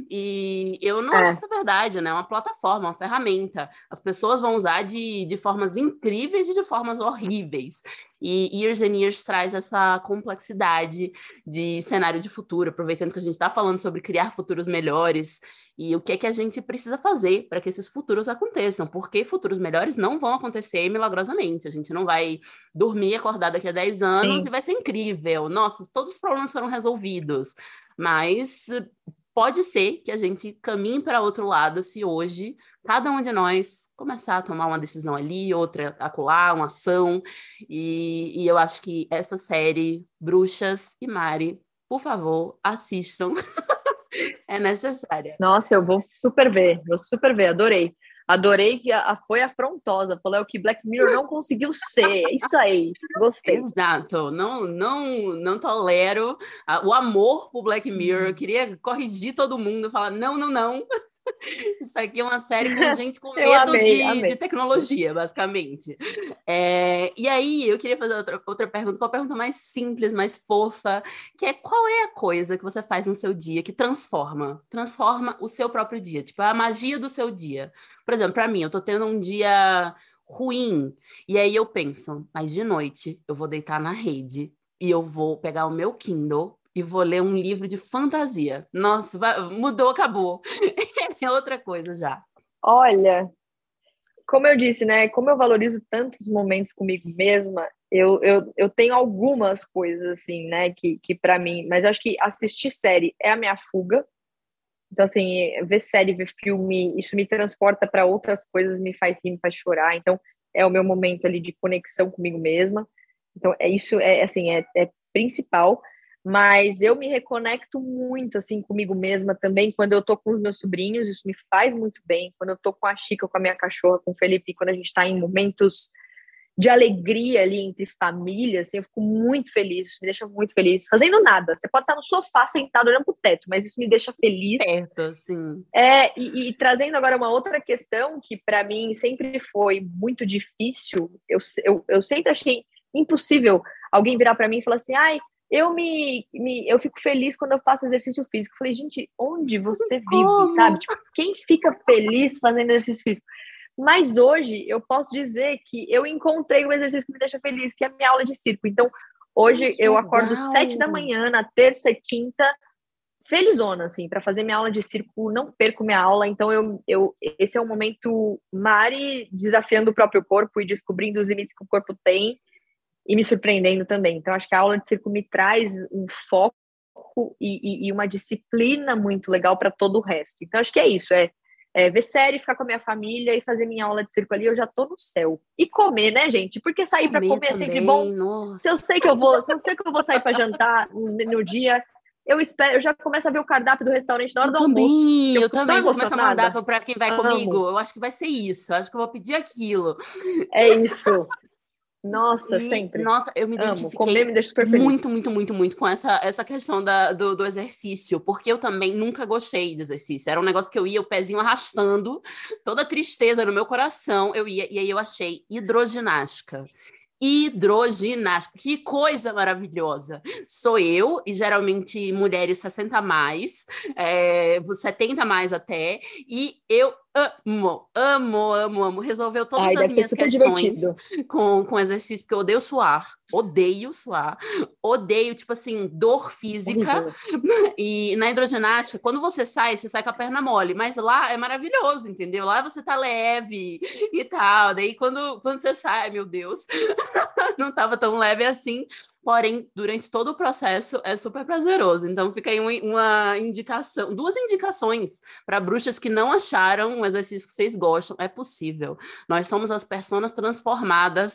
e eu não É. acho isso verdade, né? É uma plataforma, uma ferramenta. As pessoas vão usar de, de formas incríveis e de formas horríveis. E Years and Years traz essa complexidade de cenário de futuro, aproveitando que a gente está falando sobre criar futuros melhores e o que é que a gente precisa fazer para que esses futuros aconteçam, porque futuros melhores não vão acontecer milagrosamente. A gente não vai dormir acordado daqui a dez anos Sim. e vai ser incrível. Nossa, todos os problemas foram resolvidos. Mas pode ser que a gente caminhe para outro lado se hoje cada um de nós começar a tomar uma decisão ali, outra acolá, uma ação. E, e eu acho que essa série, Bruxas e Mari, por favor, assistam. É necessária. Nossa, eu vou super ver, vou super ver, adorei. Adorei que a, a foi afrontosa, falou é o que Black Mirror não conseguiu ser. É isso aí, gostei. Exato, não, não, não tolero uh, o amor por Black Mirror. Eu queria corrigir todo mundo, falar não, não, não. Isso aqui é uma série com gente com Eu medo amei, de, de amei. tecnologia, basicamente. É, e aí, eu queria fazer outra, outra pergunta, qual a pergunta mais simples, mais fofa, que é qual é a coisa que você faz no seu dia que transforma, transforma o seu próprio dia, tipo, a magia do seu dia. Por exemplo, para mim, eu tô tendo um dia ruim, e aí eu penso, mas de noite eu vou deitar na rede e eu vou pegar o meu Kindle e vou ler um livro de fantasia. Nossa, vai, mudou, acabou. É outra coisa já. Olha, como eu disse, né? Como eu valorizo tantos momentos comigo mesma, eu, eu, eu tenho algumas coisas, assim, né? Que, que para mim... Mas eu acho que assistir série é a minha fuga. Então, assim, ver série, ver filme, isso me transporta para outras coisas, me faz rir, me faz chorar. Então, é o meu momento ali de conexão comigo mesma. Então, é isso, é assim, é, é principal. Mas eu me reconecto muito, assim, comigo mesma também, quando eu tô com os meus sobrinhos, isso me faz muito bem. Quando eu tô com a Chica, com a minha cachorra, com o Felipe, quando a gente tá em momentos de alegria ali entre família, assim, eu fico muito feliz, isso me deixa muito feliz, fazendo nada. Você pode estar no sofá sentado olhando pro teto, mas isso me deixa feliz. Perto, sim. É, e, e trazendo agora uma outra questão que para mim sempre foi muito difícil, eu, eu, eu sempre achei impossível alguém virar para mim e falar assim, ai, eu me, me eu fico feliz quando eu faço exercício físico. Eu falei, gente, onde você vive, Como? sabe? Tipo, quem fica feliz fazendo exercício físico? Mas hoje eu posso dizer que eu encontrei um exercício que me deixa feliz, que é a minha aula de circo. Então, hoje Que eu legal. acordo sete da manhã, na terça e quinta, felizona, assim, para fazer minha aula de circo, não perco minha aula. Então, eu, eu, esse é um momento Mari desafiando o próprio corpo e descobrindo os limites que o corpo tem e me surpreendendo também. Então, acho que a aula de circo me traz um foco e, e, e uma disciplina muito legal para todo o resto. Então, acho que é isso, é É, ver série, ficar com a minha família e fazer minha aula de circo ali, eu já tô no céu. E comer, né, gente? Porque sair para comer é sempre bom. Nossa. Se eu sei que eu vou, se eu sei que eu vou sair para jantar no, no dia, eu espero, eu já começo a ver o cardápio do restaurante na hora eu do também, almoço. Eu, Eu, eu também, já começo a mandar para quem vai Amo. comigo. Eu acho que vai ser isso, eu acho que eu vou pedir aquilo. É isso. Nossa, e, sempre. Nossa, eu me Amo. identifiquei Comer me deixa super feliz. muito, muito, muito, muito com essa, essa questão da, do, do exercício, porque eu também nunca gostei de exercício. Era um negócio que eu ia, o pezinho arrastando, toda a tristeza no meu coração, eu ia, e aí eu achei hidroginástica. Hidroginástica, que coisa maravilhosa. Sou eu, e geralmente mulheres sessenta a mais, é, setenta a mais até, e eu amo, amo, amo, amo. Resolveu todas Ai, as deve ser minhas super questões divertido. com, com exercício, porque eu odeio suar, odeio suar, odeio, tipo assim, dor física. Horrível. E na hidroginástica, quando você sai, você sai com a perna mole, mas lá é maravilhoso, entendeu? Lá você tá leve e tal. Daí quando, quando você sai, meu Deus, não tava tão leve assim. Porém, durante todo o processo é super prazeroso. Então, fica aí uma, uma indicação, duas indicações para bruxas que não acharam um exercício que vocês gostam. É possível. Nós somos as personas transformadas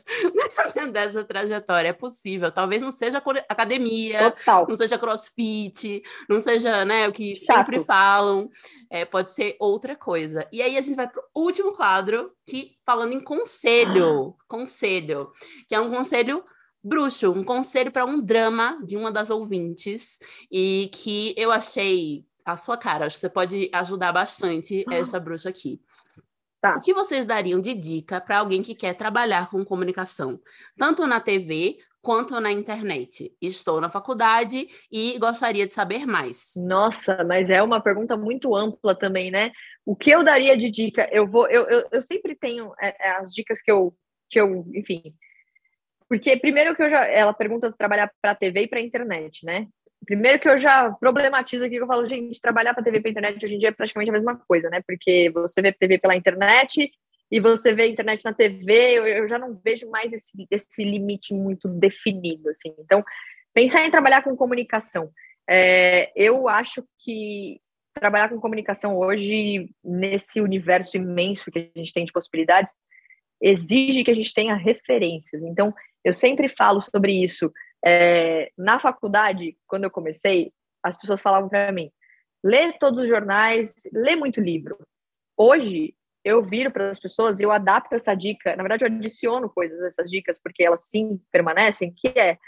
dessa trajetória. É possível. Talvez não seja academia, Total. não seja crossfit, não seja, né, o que Chato. sempre falam. É, pode ser outra coisa. E aí a gente vai para o último quadro, que falando em conselho. Conselho. Que é um conselho bruxo, um conselho para um drama de uma das ouvintes e que eu achei a sua cara. Acho que você pode ajudar bastante essa bruxa aqui. Tá. O que vocês dariam de dica para alguém que quer trabalhar com comunicação, tanto na T V quanto na internet? Estou na faculdade e gostaria de saber mais. Nossa, mas é uma pergunta muito ampla também, né? O que eu daria de dica? Eu vou, eu, eu, eu sempre tenho é, as dicas que eu, que eu, enfim. Porque primeiro que eu já, ela pergunta de trabalhar para T V e para internet, né? Primeiro que eu já problematizo aqui, que eu falo, gente, trabalhar para T V e para internet hoje em dia é praticamente a mesma coisa, né? Porque você vê T V pela internet e você vê a internet na T V, eu, eu já não vejo mais esse, esse limite muito definido, assim. Então, pensar em trabalhar com comunicação. É, eu acho que trabalhar com comunicação hoje, nesse universo imenso que a gente tem de possibilidades, exige que a gente tenha referências. Então, eu sempre falo sobre isso. É, na faculdade, quando eu comecei, as pessoas falavam para mim, lê todos os jornais, lê muito livro. Hoje, eu viro para as pessoas e eu adapto essa dica, na verdade eu adiciono coisas a essas dicas, porque elas sim permanecem, que é,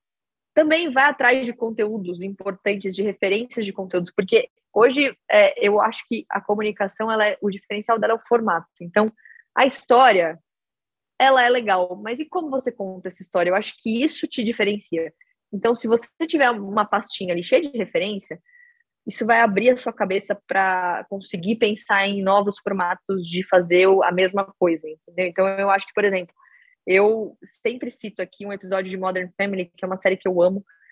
também vai atrás de conteúdos importantes, de referências de conteúdos, porque hoje é, eu acho que a comunicação, ela é, o diferencial dela é o formato. Então, a história, ela é legal, mas e como você conta essa história? Eu acho que isso te diferencia. Então, se você tiver uma pastinha ali cheia de referência, isso vai abrir a sua cabeça para conseguir pensar em novos formatos de fazer a mesma coisa, entendeu? Então, eu acho que, por exemplo, eu sempre cito aqui um episódio de Modern Family, que é uma série que eu amo,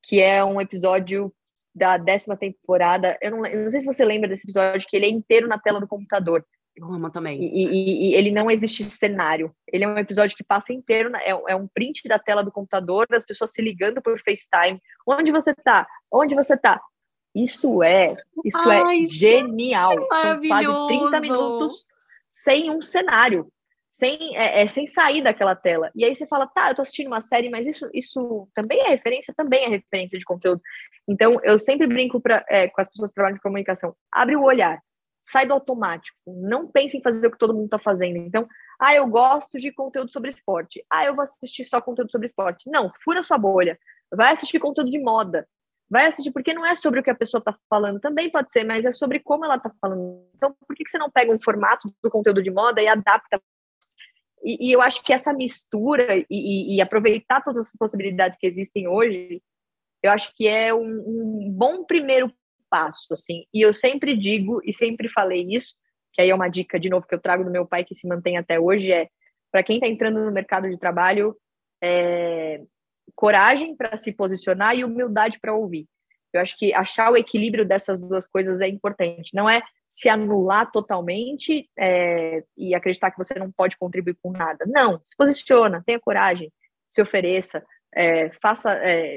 que é um episódio da décima temporada. Eu não, eu não sei se você lembra desse episódio, que ele é inteiro na tela do computador. Eu amo também. E, e, e ele não existe cenário. Ele é um episódio que passa inteiro, na, é, é um print da tela do computador, das pessoas se ligando por FaceTime. Onde você tá? Onde você tá? Isso é, isso Ai, é genial. é São quase trinta minutos sem um cenário, sem, é, é, sem sair daquela tela. E aí você fala, tá, eu tô assistindo uma série, mas isso, isso também é referência? Também é referência de conteúdo. Então, eu sempre brinco pra, é, com as pessoas que trabalham de comunicação. Abre o olhar, sai do automático. Não pense em fazer o que todo mundo tá fazendo. Então, ah, eu gosto de conteúdo sobre esporte. Ah, eu vou assistir só conteúdo sobre esporte. Não, fura sua bolha. Vai assistir conteúdo de moda. Vai assistir, porque não é sobre o que a pessoa está falando, também pode ser, mas é sobre como ela está falando. Então, por que você não pega um formato do conteúdo de moda e adapta? E, e eu acho que essa mistura e, e, e aproveitar todas as possibilidades que existem hoje, eu acho que é um, um bom primeiro passo, assim. E eu sempre digo, e sempre falei isso, que aí é uma dica, de novo, que eu trago do meu pai, que se mantém até hoje, é, para quem está entrando no mercado de trabalho, é... coragem para se posicionar e humildade para ouvir. Eu acho que achar o equilíbrio dessas duas coisas é importante. Não é se anular totalmente é, e acreditar que você não pode contribuir com nada. Não, se posiciona, tenha coragem, se ofereça, é, faça, é,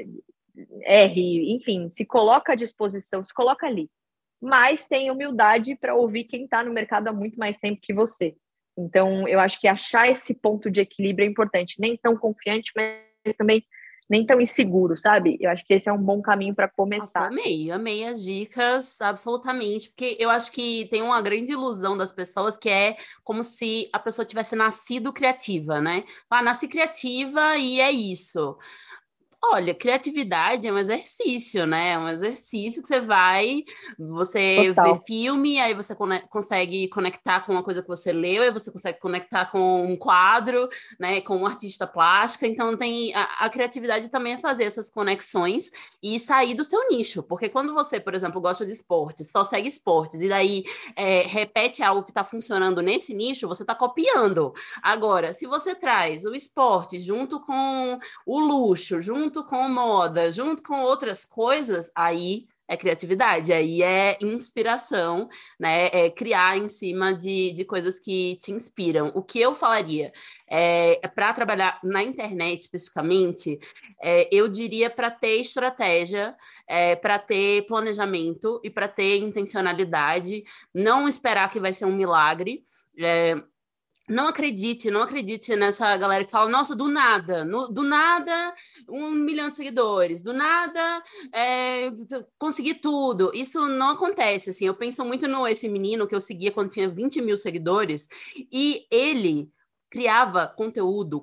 erre, enfim, se coloca à disposição, se coloca ali. Mas tenha humildade para ouvir quem está no mercado há muito mais tempo que você. Então, eu acho que achar esse ponto de equilíbrio é importante. Nem tão confiante, mas também nem tão inseguro, sabe? Eu acho que esse é um bom caminho para começar. Nossa, amei, assim. amei as dicas, absolutamente, porque eu acho que tem uma grande ilusão das pessoas que é como se a pessoa tivesse nascido criativa, né? Ah, nasci criativa e é isso. Olha, criatividade é um exercício, né? É um exercício que você vai, você Total. vê filme, aí você cone- consegue conectar com uma coisa que você leu, aí você consegue conectar com um quadro, né? Com um artista plástico. Então, tem a, a criatividade também é fazer essas conexões e sair do seu nicho. Porque quando você, por exemplo, gosta de esportes, só segue esportes, e daí é, repete algo que está funcionando nesse nicho, você está copiando. Agora, se você traz o esporte junto com o luxo, junto com moda, junto com outras coisas, aí é criatividade, aí é inspiração, né? É criar em cima de, de coisas que te inspiram. O que eu falaria é, é para trabalhar na internet especificamente, é, eu diria para ter estratégia, é, para ter planejamento e para ter intencionalidade, não esperar que vai ser um milagre. É, Não acredite, não acredite nessa galera que fala, nossa, do nada, no, do nada, um milhão de seguidores, do nada, é, consegui tudo. Isso não acontece, assim, eu penso muito no esse menino que eu seguia quando tinha vinte mil seguidores, e ele criava conteúdo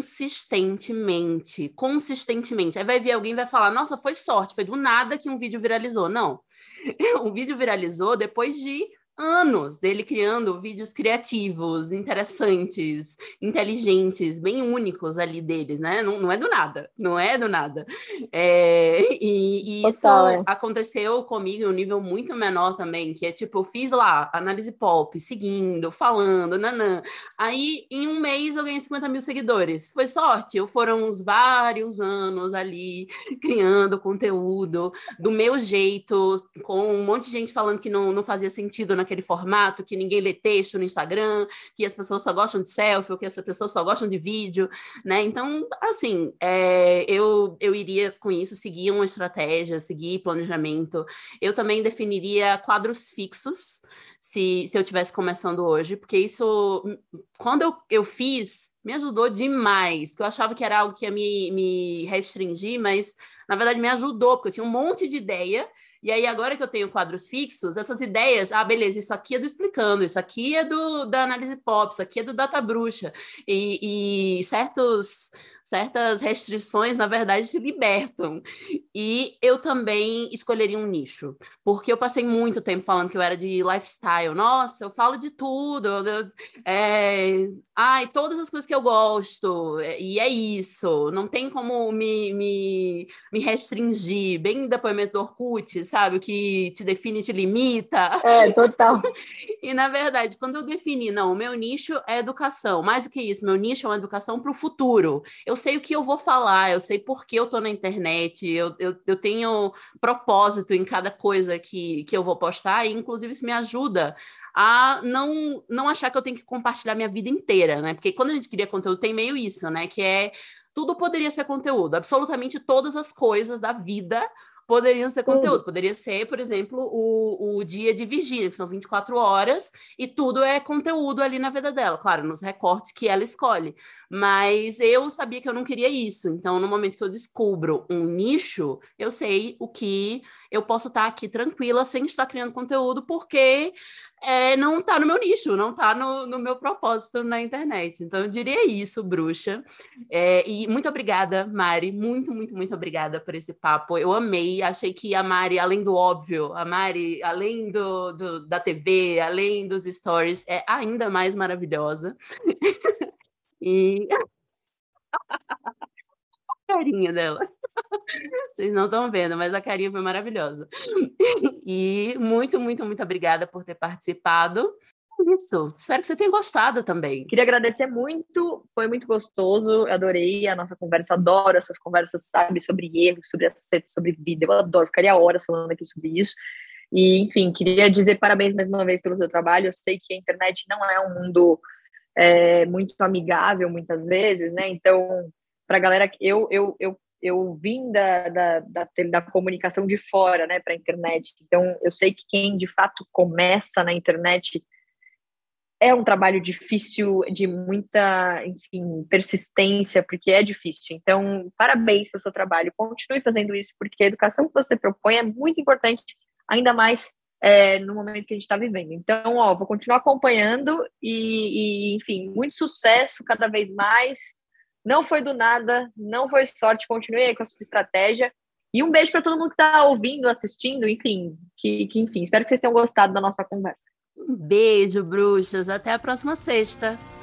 consistentemente, consistentemente. Aí vai vir alguém e vai falar, nossa, foi sorte, foi do nada que um vídeo viralizou. Não, o vídeo viralizou depois de anos dele criando vídeos criativos, interessantes, inteligentes, bem únicos ali deles, né? Não, não é do nada, não é do nada. É, e, e isso Total, é. aconteceu comigo em um nível muito menor também, que é tipo, eu fiz lá análise pop, seguindo, falando, nanã. Aí, em um mês, eu ganhei cinquenta mil seguidores. Foi sorte? Ou foram uns vários anos ali, criando conteúdo do meu jeito, com um monte de gente falando que não, não fazia sentido naquele formato, que ninguém lê texto no Instagram, que as pessoas só gostam de selfie, ou que as pessoas só gostam de vídeo, né? Então, assim, é, eu, eu iria com isso seguir uma estratégia, seguir planejamento. Eu também definiria quadros fixos, se, se eu estivesse começando hoje, porque isso, quando eu, eu fiz, me ajudou demais, porque eu achava que era algo que ia me, me restringir, mas, na verdade, me ajudou, porque eu tinha um monte de ideia. E aí, agora que eu tenho quadros fixos, essas ideias, ah, beleza, isso aqui é do Explicando, isso aqui é do, da Análise Pop, isso aqui é do Data Bruxa. E, e certos, certas restrições, na verdade, se libertam. E eu também escolheria um nicho, porque eu passei muito tempo falando que eu era de lifestyle. Nossa, eu falo de tudo. Eu, é, ai, todas as coisas que eu gosto, e é isso. Não tem como me, me, me restringir. Bem depoimento do Orkut, sabe? O que te define te limita. É, total. E, na verdade, quando eu defini, não, o meu nicho é educação. Mais do que isso, meu nicho é uma educação para o futuro. Eu eu sei o que eu vou falar, eu sei por que eu tô na internet, eu, eu, eu tenho propósito em cada coisa que, que eu vou postar, e inclusive isso me ajuda a não, não achar que eu tenho que compartilhar minha vida inteira, né? Porque quando a gente cria conteúdo tem meio isso, né? Que é, tudo poderia ser conteúdo, absolutamente todas as coisas da vida poderiam ser conteúdo. Tudo. Poderia ser, por exemplo, o, o dia de Virgínia, que são vinte e quatro horas, e tudo é conteúdo ali na vida dela, claro, nos recortes que ela escolhe. Mas eu sabia que eu não queria isso. Então, no momento que eu descubro um nicho, eu sei o que eu posso estar aqui tranquila sem estar criando conteúdo, porque é, não está no meu nicho, não está no, no meu propósito na internet. Então, eu diria isso, bruxa. É, e muito obrigada, Mari. Muito, muito, muito obrigada por esse papo. Eu amei. Achei que a Mari, além do óbvio, a Mari, além do, do, da T V, além dos stories, é ainda mais maravilhosa. E a carinha dela. Vocês não estão vendo, mas a carinha foi maravilhosa. E muito, muito, muito obrigada por ter participado. Isso. Espero que você tenha gostado também. Queria agradecer muito, foi muito gostoso, adorei a nossa conversa, adoro essas conversas, sabe, sobre erros, sobre acertos, sobre vida, eu adoro, ficaria horas falando aqui sobre isso. E, enfim, queria dizer parabéns mais uma vez pelo seu trabalho. Eu sei que a internet não é um mundo é, muito amigável, muitas vezes, né? Então, para a galera, eu, eu, eu, eu vim da, da, da, da comunicação de fora, né, para a internet. Então, eu sei que quem, de fato, começa na internet é um trabalho difícil, de muita, enfim, persistência, porque é difícil. Então, parabéns pelo seu trabalho. Continue fazendo isso, porque a educação que você propõe é muito importante, ainda mais é, no momento que a gente está vivendo. Então, ó, vou continuar acompanhando e, e, enfim, muito sucesso cada vez mais. Não foi do nada, não foi sorte, continue aí com a sua estratégia. E um beijo para todo mundo que está ouvindo, assistindo, enfim, que, que, enfim, espero que vocês tenham gostado da nossa conversa. Um beijo, bruxas. Até a próxima sexta.